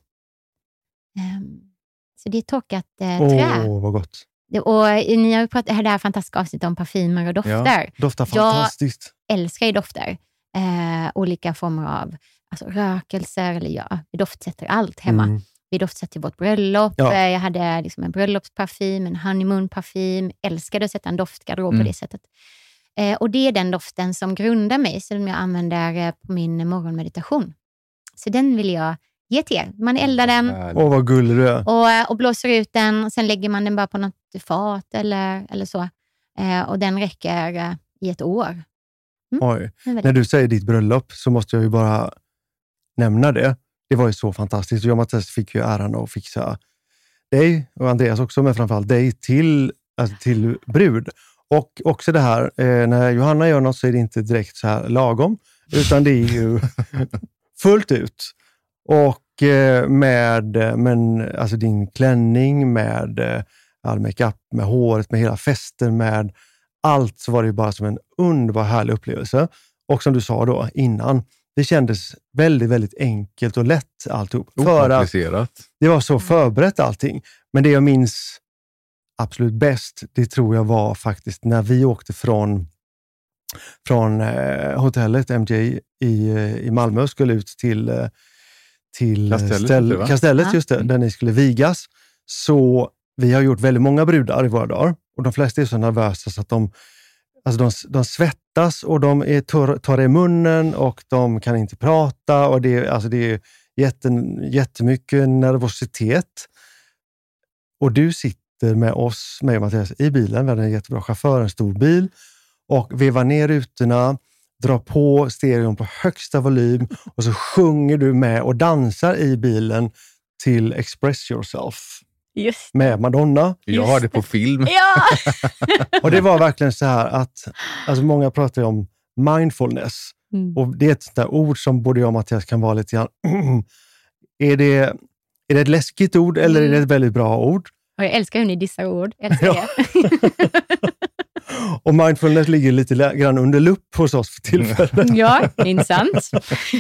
[SPEAKER 2] Så det är torkat trä.
[SPEAKER 3] Vad gott.
[SPEAKER 2] Och ni har ju pratat det här fantastiska avsnittet om parfymer och dofter.
[SPEAKER 3] Ja, doftar fantastiskt.
[SPEAKER 2] Jag älskar ju dofter. Olika former av rökelser. Eller vi doftsätter allt hemma. Vi doftsätter vårt bröllop.
[SPEAKER 3] Ja.
[SPEAKER 2] Jag hade liksom en bröllopsparfym, en honeymoonparfym. Älskade att sätta en doftgarderob på det sättet. Och det är den doften som grundar mig, som jag använder på min morgonmeditation. Så den vill jag GT. Man eldar den
[SPEAKER 3] Åh, vad gullig du är.
[SPEAKER 2] och blåser ut den. Sen lägger man den bara på något fat eller så. Och den räcker i ett år.
[SPEAKER 3] Oj. När du säger ditt bröllop så måste jag ju bara nämna det. Det var ju så fantastiskt. Jag och Mattias fick ju äran att fixa dig och Andreas också, men framförallt dig till brud. Och också det här, när Johanna gör något så är det inte direkt så här lagom, utan det är ju fullt ut. Och alltså din klänning, med all makeup, med håret, med hela festen, med allt, så var det ju bara som en underbar härlig upplevelse. Och som du sa då innan, det kändes väldigt, väldigt enkelt och lätt alltihop. För att det var så förberett allting. Men det jag minns absolut bäst, det tror jag var faktiskt när vi åkte från hotellet MJ i Malmö och skulle ut till Kastellet, just det, där ni skulle vigas. Så vi har gjort väldigt många brudar i våra dagar. Och de flesta är så nervösa så att de svettas och de är torra i munnen och de kan inte prata. Och det är jättemycket nervositet. Och du sitter med oss, mig och Mattias, i bilen. Vi hade en jättebra chaufför, en stor bil. Och vevar ner rutorna, drar på stereon på högsta volym och så sjunger du med och dansar i bilen till Express Yourself.
[SPEAKER 2] Just
[SPEAKER 3] med Madonna.
[SPEAKER 1] Jag har det på film.
[SPEAKER 2] Ja!
[SPEAKER 3] Och det var verkligen så här att, alltså många pratar ju om mindfulness. Och det är ett sånt där ord som både jag och Mattias kan vara lite grann. Är det ett läskigt ord eller är det ett väldigt bra ord?
[SPEAKER 2] Och jag älskar hur ni dissar ord. Älskar det.
[SPEAKER 3] Och mindfulness ligger lite grann under lupp hos oss för tillfället.
[SPEAKER 2] Ja, intressant.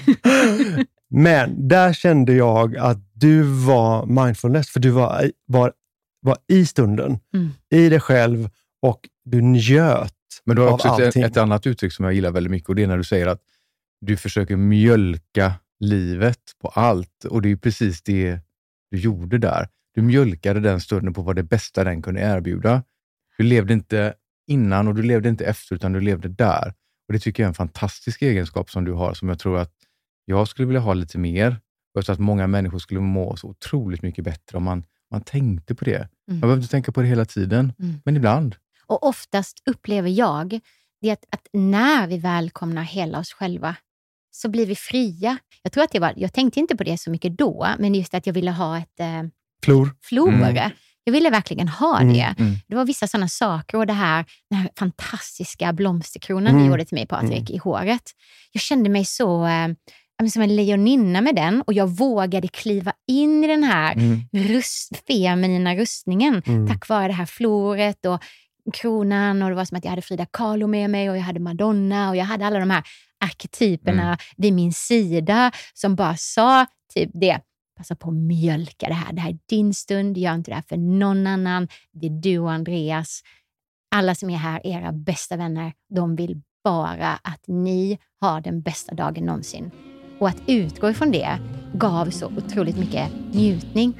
[SPEAKER 3] Men där kände jag att du var mindfulness, för du var i stunden, i dig själv, och du njöt.
[SPEAKER 1] Men du har
[SPEAKER 3] av
[SPEAKER 1] också ett annat uttryck som jag gillar väldigt mycket, och det är när du säger att du försöker mjölka livet på allt, och det är ju precis det du gjorde där. Du mjölkade den stunden på vad det bästa den kunde erbjuda. Du levde inte innan och du levde inte efter, utan du levde där. Och det tycker jag är en fantastisk egenskap som du har, som jag tror att jag skulle vilja ha lite mer. Och så att många människor skulle må så otroligt mycket bättre om man tänkte på det. Man behöver inte tänka på det hela tiden, men ibland.
[SPEAKER 2] Och oftast upplever jag det att när vi välkomnar hela oss själva så blir vi fria. Jag tror att jag tänkte inte på det så mycket då, men just att jag ville ha ett
[SPEAKER 3] flor.
[SPEAKER 2] Jag ville verkligen ha det. Det var vissa sådana saker, och den här fantastiska blomsterkronan ni gjorde till mig, Patrik, i håret. Jag kände mig så som en lejoninna med den, och jag vågade kliva in i den här feminina rustningen tack vare det här floret och kronan, och det var som att jag hade Frida Kahlo med mig och jag hade Madonna och jag hade alla de här arketyperna vid min sida som bara sa typ det. Passa på att mjölka det här. Det här är din stund. Gör inte det här för någon annan. Det är du och Andreas. Alla som är här, era bästa vänner, de vill bara att ni har den bästa dagen någonsin. Och att utgå ifrån det gav så otroligt mycket njutning.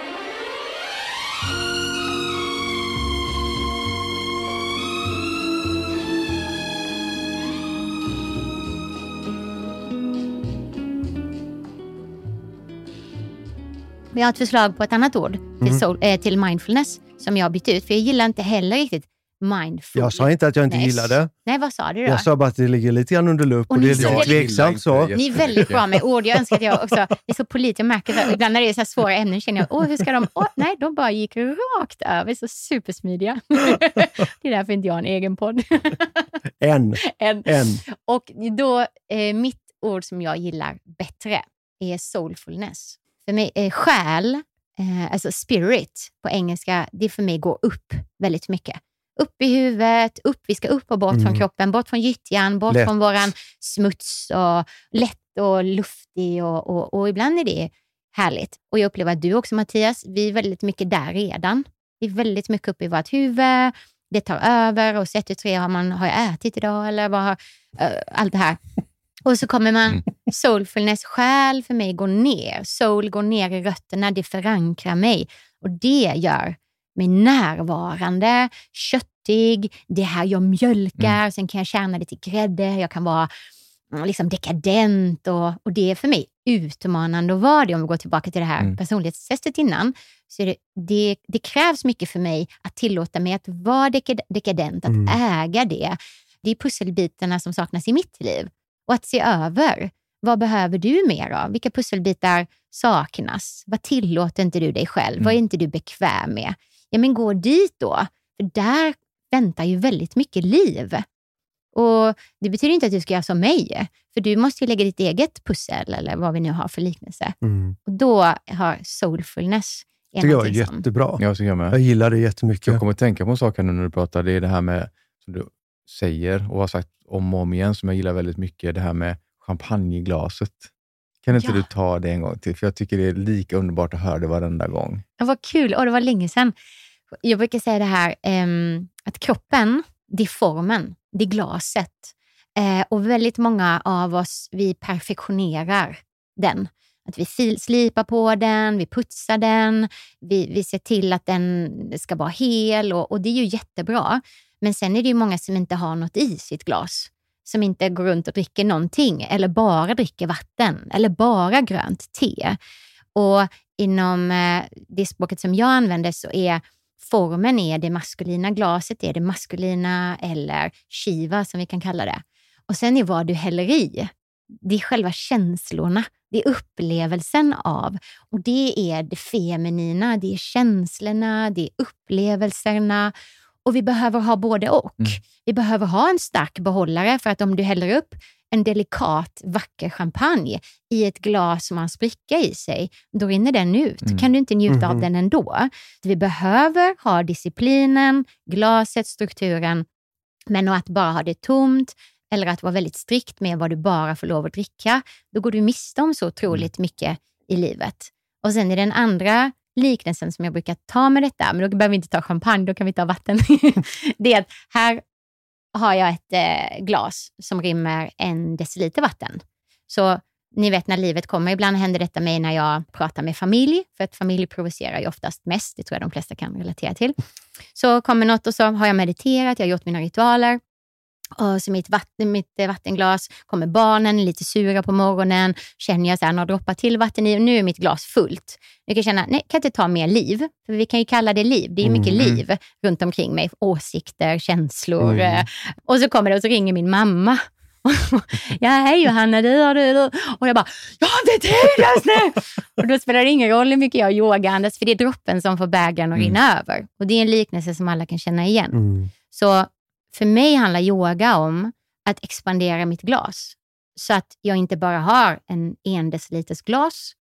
[SPEAKER 2] Vi har ett förslag på ett annat ord till mindfulness som jag har bytt ut. För jag gillar inte heller riktigt mindfulness.
[SPEAKER 3] Jag sa inte att jag inte gillar det.
[SPEAKER 2] Nej, vad sa du då?
[SPEAKER 3] Jag sa bara att det ligger lite grann under lupp och det är lite tveksamt så.
[SPEAKER 2] Ni är väldigt bra med ord. Jag önskar att jag också... Det är så politiskt, jag märker det. Ibland när det är så här svåra ämnen känner jag, hur ska de... nej, de bara gick rakt över. Så supersmidiga. Det är därför inte jag har en egen podd.
[SPEAKER 3] En.
[SPEAKER 2] Och då, mitt ord som jag gillar bättre är soulfulness. För mig är själ, alltså spirit på engelska, det för mig går upp väldigt mycket. Upp i huvudet, vi ska upp och bort från kroppen, bort från gyttjan, bort från våran smuts, och lätt och luftig och ibland är det härligt. Och jag upplever att du också, Mattias, vi är väldigt mycket där redan. Vi är väldigt mycket upp i vårt huvud, det tar över och sett hur tre har jag ätit idag eller vad har allt det här. Och så kommer man, soulfulness, själ för mig går ner. Soul går ner i rötterna, det förankrar mig. Och det gör mig närvarande, köttig, det här jag mjölkar. Sen kan jag kärna lite grädde, jag kan vara liksom dekadent. Och det är för mig utmanande att vara det. Om vi går tillbaka till det här personlighetstestet innan. Så är det krävs mycket för mig att tillåta mig att vara dekadent, att äga det. Det är pusselbitarna som saknas i mitt liv. Och att se över, vad behöver du mer av? Vilka pusselbitar saknas? Vad tillåter inte du dig själv? Vad är inte du bekväm med? Ja, men gå dit då. För där väntar ju väldigt mycket liv. Och det betyder inte att du ska göra som mig. För du måste ju lägga ditt eget pussel eller vad vi nu har för liknelse. Och då har soulfulness
[SPEAKER 3] det är jättebra. Jag gillar det jättemycket.
[SPEAKER 1] Jag kommer att tänka på en sak nu när du pratar. Det är det här med, som du säger och har sagt om och om igen, som jag gillar väldigt mycket. Det här med champagneglaset. Kan inte du ta det en gång till? För jag tycker det är lika underbart att höra det varenda gång.
[SPEAKER 2] Det var kul. Och det var länge sedan. Jag brukar säga det här. Att kroppen, det är formen. Det är glaset. Och väldigt många av oss, vi perfektionerar den. Att vi slipar på den, vi putsar den, vi ser till att den ska vara hel och det är ju jättebra. Men sen är det ju många som inte har något i sitt glas. Som inte går runt och dricker någonting eller bara dricker vatten eller bara grönt te. Och inom det språket som jag använder så är formen är det maskulina, glaset är det maskulina eller shiva som vi kan kalla det. Och sen är vad du häller i. Det är själva känslorna. Det är upplevelsen av. Och det är det feminina. Det är känslorna. Det är upplevelserna. Och vi behöver ha både och. Vi behöver ha en stark behållare. För att om du häller upp en delikat, vacker champagne i ett glas som har en spricka i sig, då rinner den ut. Kan du inte njuta av den ändå? Vi behöver ha disciplinen, glaset, strukturen. Men att bara ha det tomt eller att vara väldigt strikt med vad du bara får lov att dricka, då går du miste om så otroligt mycket i livet. Och sen är den andra liknelsen som jag brukar ta med detta, men då behöver vi inte ta champagne, då kan vi ta vatten. Det är att här har jag ett glas som rymmer 1 deciliter vatten. Så ni vet när livet kommer, ibland händer detta mig när jag pratar med familj, för att familj provocerar ju oftast mest, det tror jag de flesta kan relatera till. Så kommer något och så har jag mediterat, jag har gjort mina ritualer. Och så mitt vattenglas, kommer barnen lite sura på morgonen, känner jag så här, några droppar till vatten i och nu är mitt glas fullt. Jag kan känna, nej, kan inte ta mer liv, för vi kan ju kalla det liv, det är mycket liv runt omkring mig, åsikter, känslor. Och så kommer det och så ringer min mamma. Ja, hej Johanna, du. Och jag bara, jag har inte tid just nu. Och då spelar det ingen roll hur mycket jag yogaandas, för det är droppen som får bägaren att rinna över. Och det är en liknelse som alla kan känna igen. Så för mig handlar yoga om att expandera mitt glas. Så att jag inte bara har en deciliters glas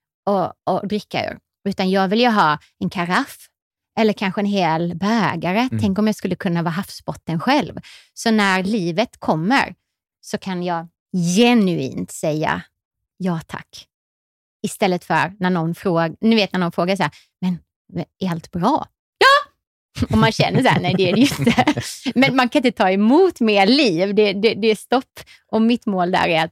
[SPEAKER 2] och dricka ur. Utan jag vill ju ha en karaff. Eller kanske en hel bägare. Tänk om jag skulle kunna vara havsbotten själv. Så när livet kommer så kan jag genuint säga ja tack. Istället för när någon frågar så här, men är allt bra? Och man känner så här, nej det är det inte. Men man kan inte ta emot mer liv. Det är stopp. Och mitt mål där är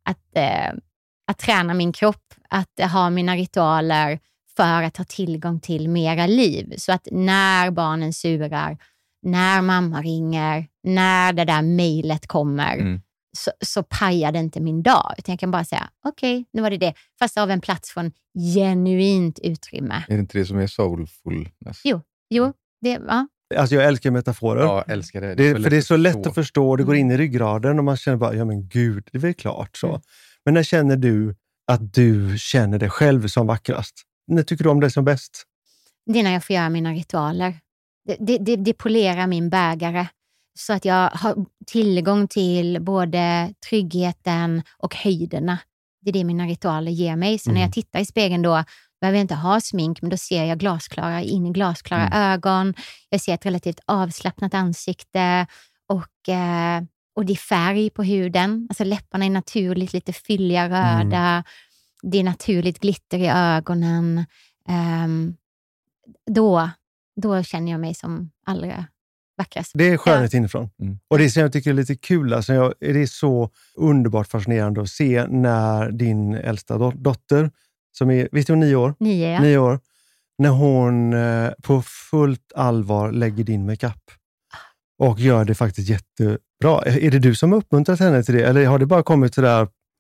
[SPEAKER 2] att träna min kropp. Att ha mina ritualer för att ha tillgång till mera liv. Så att när barnen surar, när mamma ringer, när det där mejlet kommer, så pajar det inte min dag. Utan jag kan bara säga, okej, nu var det. Fast av en plats från genuint utrymme.
[SPEAKER 1] Är det inte det som är soulfulness?
[SPEAKER 2] Jo. Ja.
[SPEAKER 3] Alltså jag älskar metaforer.
[SPEAKER 1] Ja, jag älskar det.
[SPEAKER 3] För det är så lätt att förstå. Det går in i ryggraden och man känner bara, ja men gud, det är väl klart så. Men när känner du att du känner dig själv som vackrast? När tycker du om det som bäst?
[SPEAKER 2] Det är när jag får göra mina ritualer. Det polerar min bägare. Så att jag har tillgång till både tryggheten och höjderna. Det är det mina ritualer ger mig. Så när jag tittar i spegeln då behöver jag inte ha smink, men då ser jag glasklara ögon. Jag ser ett relativt avslappnat ansikte och det är färg på huden. Alltså läpparna är naturligt lite fylliga röda. Det är naturligt glitter i ögonen. Då känner jag mig som allra vackrast.
[SPEAKER 3] Det är skönhet inifrån. Och det som jag tycker är lite kul, alltså det är så underbart fascinerande att se när din äldsta dotter, som är, visst är hon 9 år? 9 år. När hon på fullt allvar lägger din makeup. Och gör det faktiskt jättebra. Är det du som har uppmuntrat henne till det? Eller har det bara kommit så där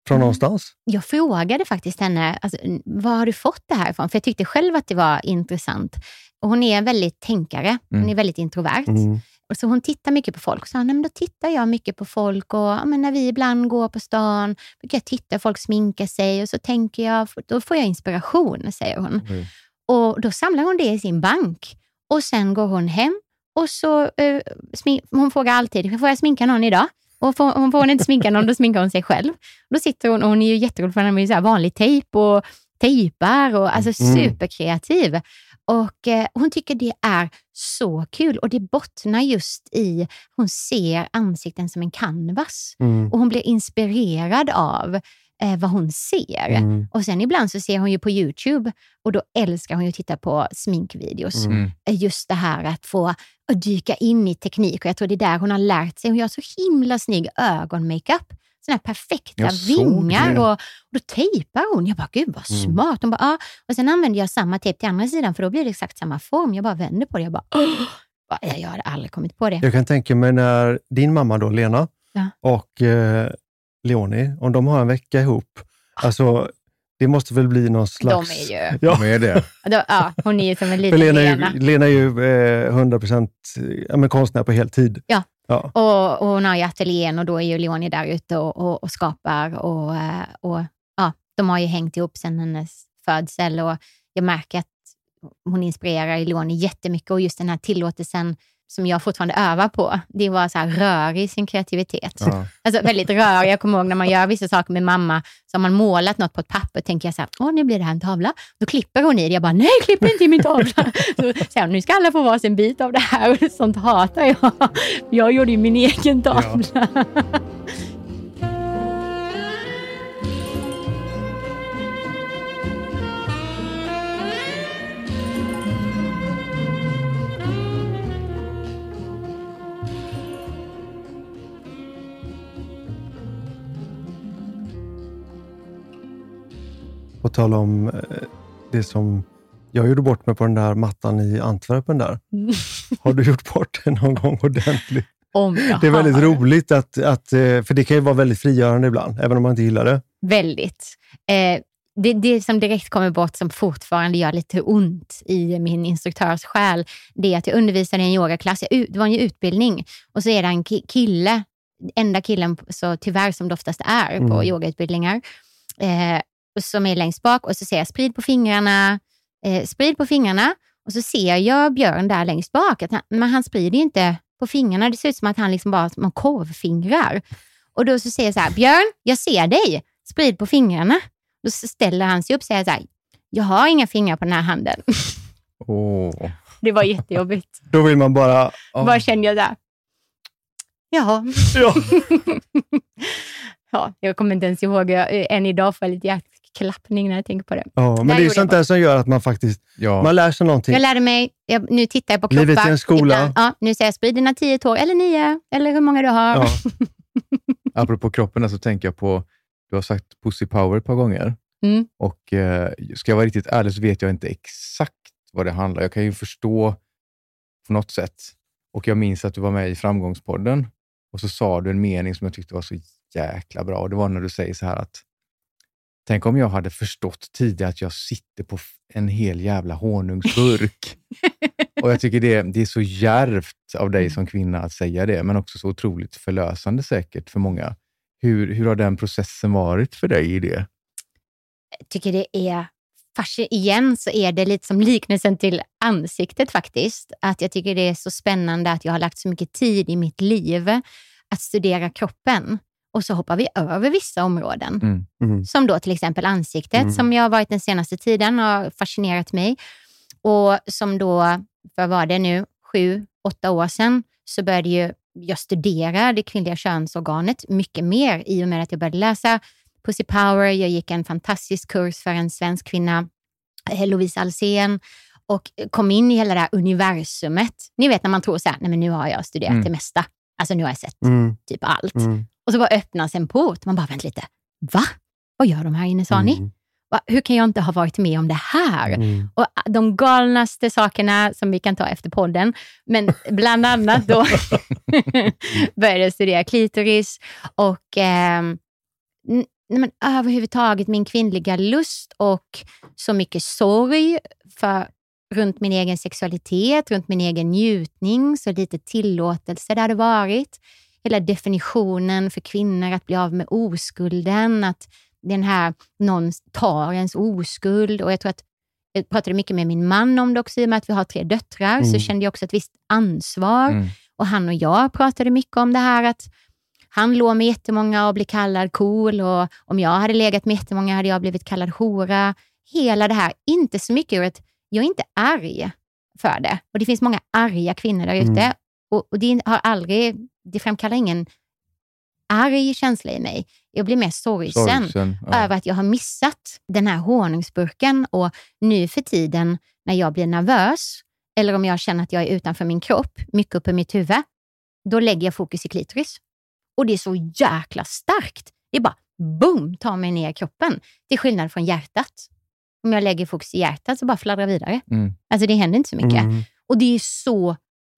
[SPEAKER 3] från någonstans?
[SPEAKER 2] Jag frågade faktiskt henne, alltså, var har du fått det här ifrån? För jag tyckte själv att det var intressant. Och hon är väldigt tänkare. Hon är väldigt introvert. Och så hon tittar mycket på folk. Så men då tittar jag mycket på folk. Och när vi ibland går på stan brukar jag titta, folk sminkar sig. Och så tänker jag, då får jag inspiration, säger hon. Och då samlar hon det i sin bank. Och sen går hon hem. Och så hon frågar alltid, får jag sminka någon idag? Och hon får inte sminka någon, då sminkar hon sig själv. Då sitter hon, och hon är ju jätterolig för hon har ju så här vanlig tejp och tejpar och alltså superkreativ. Och hon tycker det är så kul, och det bottnar just i, hon ser ansikten som en canvas. Och hon blir inspirerad av vad hon ser. Och sen ibland så ser hon ju på YouTube, och då älskar hon ju att titta på sminkvideos. Just det här att få dyka in i teknik, och jag tror det är där hon har lärt sig. Hon gör så himla snygg ögonmakeup, såna här perfekta vingar, och då tejpar hon. Jag bara, gud vad smart. Hon bara, och sen använder jag samma tejp till andra sidan, för då blir det exakt samma form. Jag bara vänder på det, jag bara, jag har aldrig kommit på det.
[SPEAKER 3] Jag kan tänka mig när din mamma då, Lena, och Leonie, om de har en vecka ihop, alltså det måste väl bli någon slags...
[SPEAKER 2] De är ju...
[SPEAKER 1] De är det.
[SPEAKER 2] Hon är ju som en liten Lena.
[SPEAKER 3] Lena är ju 100% konstnär på heltid.
[SPEAKER 2] Ja. Och hon har ju ateljén, och då är ju Leonie där ute och skapar. Och de har ju hängt ihop sedan hennes födsel, och jag märker att hon inspirerar Leonie jättemycket, och just den här tillåtelsen som jag fortfarande övar på, det var så här rörig i sin kreativitet. Alltså väldigt rörig. Jag kommer ihåg när man gör vissa saker med mamma, så har man målat något på ett papper, tänker jag så här, nu blir det här en tavla. Då klipper hon i det. Jag bara, nej, klipp inte i min tavla. Så säger, nu ska alla få vara sin bit av det här, och sånt hatar jag. Jag gjorde ju min egen tavla.
[SPEAKER 3] På tal om det som jag gjorde bort mig på den där mattan i Antwerpen där. Har du gjort bort det någon gång ordentligt? Det är väldigt roligt att, för det kan ju vara väldigt frigörande ibland, även om man inte gillar det.
[SPEAKER 2] Väldigt. Det som direkt kommer bort, som fortfarande gör lite ont i min instruktörs själ, det är att jag undervisade i en yogaklass. Det var en utbildning, och så är det en kille, enda killen så tyvärr som det oftast är på yogautbildningar, som är längst bak, och så ser jag sprid på fingrarna, och så ser jag Björn där längst bak, men han sprider ju inte på fingrarna, det ser ut som att han liksom bara som korvfingrar, och då så säger jag så här, Björn, jag ser dig, sprid på fingrarna. Då ställer han sig upp och säger så här, jag har inga fingrar på den här handen. Det var jättejobbigt.
[SPEAKER 3] Då vill man bara...
[SPEAKER 2] Bara kände jag där. Ja. Jag kommer inte ens ihåg. Än idag får jag lite hjärtklappning när jag tänker på det.
[SPEAKER 3] Ja, men det är sånt där som gör att man faktiskt... Man lär sig någonting.
[SPEAKER 2] Jag lärde mig, nu tittar jag på kroppar.
[SPEAKER 3] Livet är en skola.
[SPEAKER 2] Ibland, nu säger jag, sprid dina 10 tår, eller 9, eller hur många du har.
[SPEAKER 3] Ja.
[SPEAKER 1] Apropå kroppen så tänker jag på, du har sagt Pussy Power ett par gånger. Och ska jag vara riktigt ärlig så vet jag inte exakt vad det handlar. Jag kan ju förstå på något sätt. Och jag minns att du var med i Framgångspodden. Och så sa du en mening som jag tyckte var så jäkla bra. Och det var när du säger så här att tänk om jag hade förstått tidigare att jag sitter på en hel jävla honungsburk. Och jag tycker det är så djärvt av dig som kvinna att säga det. Men också så otroligt förlösande säkert för många. Hur har den processen varit för dig i det?
[SPEAKER 2] Jag tycker det är igen så är det lite som liknelsen till ansiktet faktiskt. Att jag tycker det är så spännande att jag har lagt så mycket tid i mitt liv att studera kroppen. Och så hoppar vi över vissa områden. Som då till exempel ansiktet som jag har varit den senaste tiden har fascinerat mig. Och som då, vad var det nu, 7-8 år sedan så började jag studera det kvinnliga könsorganet mycket mer i och med att jag började läsa Pussy Power. Jag gick en fantastisk kurs för en svensk kvinna, Lovisa Alsen, och kom in i hela det här universumet. Ni vet när man tror så här, nej men nu har jag studerat det mesta. Alltså nu har jag sett typ allt. Och så bara öppnas en port. Man bara, vänta lite. Va? Vad gör de här inne, sa ni? Hur kan jag inte ha varit med om det här? Och de galnaste sakerna som vi kan ta efter podden. Men bland annat då började jag studera klitoris. Och men överhuvudtaget min kvinnliga lust och så mycket sorg runt min egen sexualitet, runt min egen njutning, så lite tillåtelse det hade varit. Hela definitionen för kvinnor att bli av med oskulden, att den här någon tar ens oskuld. Och jag tror att jag pratade mycket med min man om det också, i och med att vi har 3 döttrar, så kände jag också ett visst ansvar. Och han och jag pratade mycket om det här, att han låg med jättemånga och blev kallad cool, och om jag hade legat med jättemånga hade jag blivit kallad hora. Hela det här, inte så mycket ur att jag är inte arg för det. Och det finns många arga kvinnor där ute. Och det framkallar ingen arg känsla i mig. Jag blir mer sorgsen över att jag har missat den här honungsburken. Och nu för tiden när jag blir nervös, eller om jag känner att jag är utanför min kropp, mycket uppe i mitt huvud, då lägger jag fokus i klitoris. Och det är så jäkla starkt. Det är bara boom, tar mig ner i kroppen. Till skillnad från hjärtat. Om jag lägger fokus i hjärtat så bara fladdrar vidare. Alltså det händer inte så mycket. Och det är så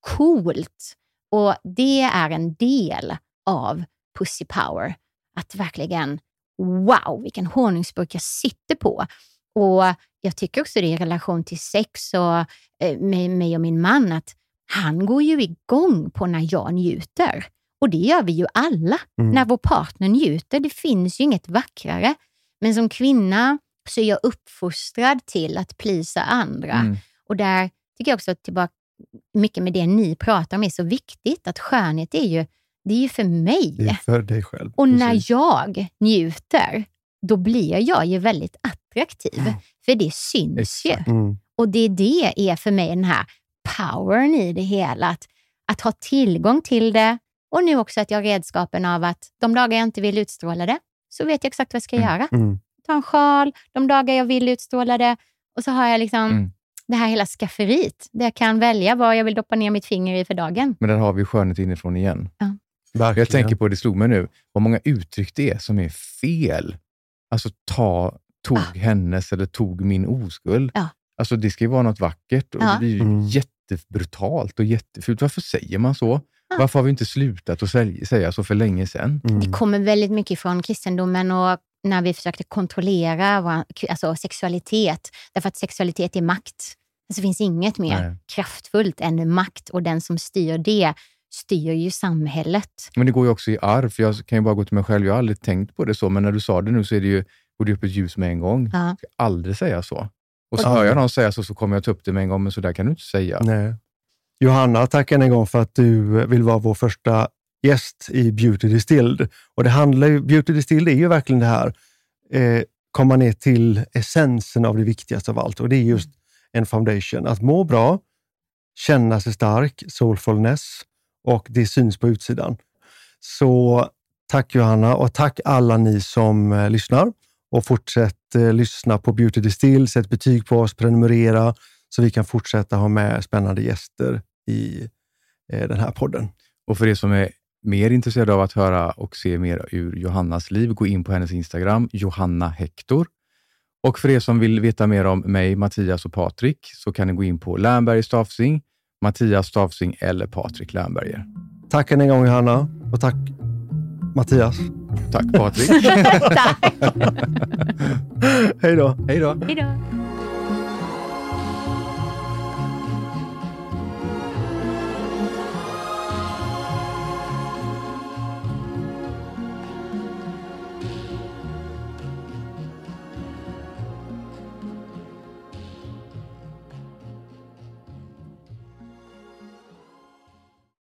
[SPEAKER 2] coolt. Och det är en del av Pussy Power. Att verkligen, wow, vilken honungsburk jag sitter på. Och jag tycker också det i relation till sex och med mig och min man, att han går ju igång på när jag njuter. Och det gör vi ju alla. När vår partner njuter, det finns ju inget vackrare. Men som kvinna så är jag uppfostrad till att plisa andra. Och där tycker jag också tillbaka mycket med det ni pratar om är så viktigt. Att skönhet det är ju för mig.
[SPEAKER 3] Det är för dig själv.
[SPEAKER 2] Och när jag njuter, då blir jag ju väldigt attraktiv. För det syns ju. Och det är för mig den här powern i det hela. Att ha tillgång till det. Och nu också att jag har redskapen av att de dagar jag inte vill utstråla det, så vet jag exakt vad jag ska göra. Ta en sjal, de dagar jag vill utstråla det. Och så har jag liksom det här hela skafferiet. Där jag kan välja vad jag vill doppa ner mitt finger i för dagen.
[SPEAKER 1] Men där har vi skönhet inifrån igen.
[SPEAKER 2] Ja.
[SPEAKER 1] Jag tänker på, det slog mig nu, vad många uttryck det är som är fel. Alltså tog hennes eller tog min oskuld.
[SPEAKER 2] Ja.
[SPEAKER 1] Alltså det ska ju vara något vackert. Och det blir ju jättebrutalt och jättefult. Varför säger man så? Varför har vi inte slutat att säga så för länge sedan?
[SPEAKER 2] Det kommer väldigt mycket från kristendomen och när vi försökte kontrollera sexualitet. Därför att sexualitet är makt. Det finns inget mer kraftfullt än makt, och den som styr det styr ju samhället. Men
[SPEAKER 1] det går ju också i arv, för jag kan ju bara gå till mig själv. Jag har aldrig tänkt på det så, men när du sa det nu så är det ju, går det upp ett ljus med en gång. Jag ska aldrig säga så. Och så hör jag någon säga så kommer jag ta upp det med en gång, men så där kan du inte säga.
[SPEAKER 3] Nej. Johanna, tack en gång för att du vill vara vår första gäst i Beauty Distilled. Och det handlar ju, Beauty Distilled är ju verkligen det här, komma ner till essensen av det viktigaste av allt. Och det är just en foundation. Att må bra, känna sig stark, soulfulness, och det syns på utsidan. Så tack Johanna, och tack alla ni som lyssnar. Och fortsätt lyssna på Beauty Distilled, sätt betyg på oss, prenumerera, så vi kan fortsätta ha med spännande gäster i den här podden.
[SPEAKER 1] Och för er som är mer intresserade av att höra och se mer ur Johannas liv, gå in på hennes Instagram, Johanna Hector. Och för er som vill veta mer om mig, Mattias och Patrik, så kan ni gå in på Lernberger Stafsing, Mattias Stafsing eller Patrik Lernberger.
[SPEAKER 3] Tack en gång Johanna, och tack Mattias.
[SPEAKER 1] Tack Patrik.
[SPEAKER 2] Tack.
[SPEAKER 3] Hej då.
[SPEAKER 1] Hej då.
[SPEAKER 2] Hej då.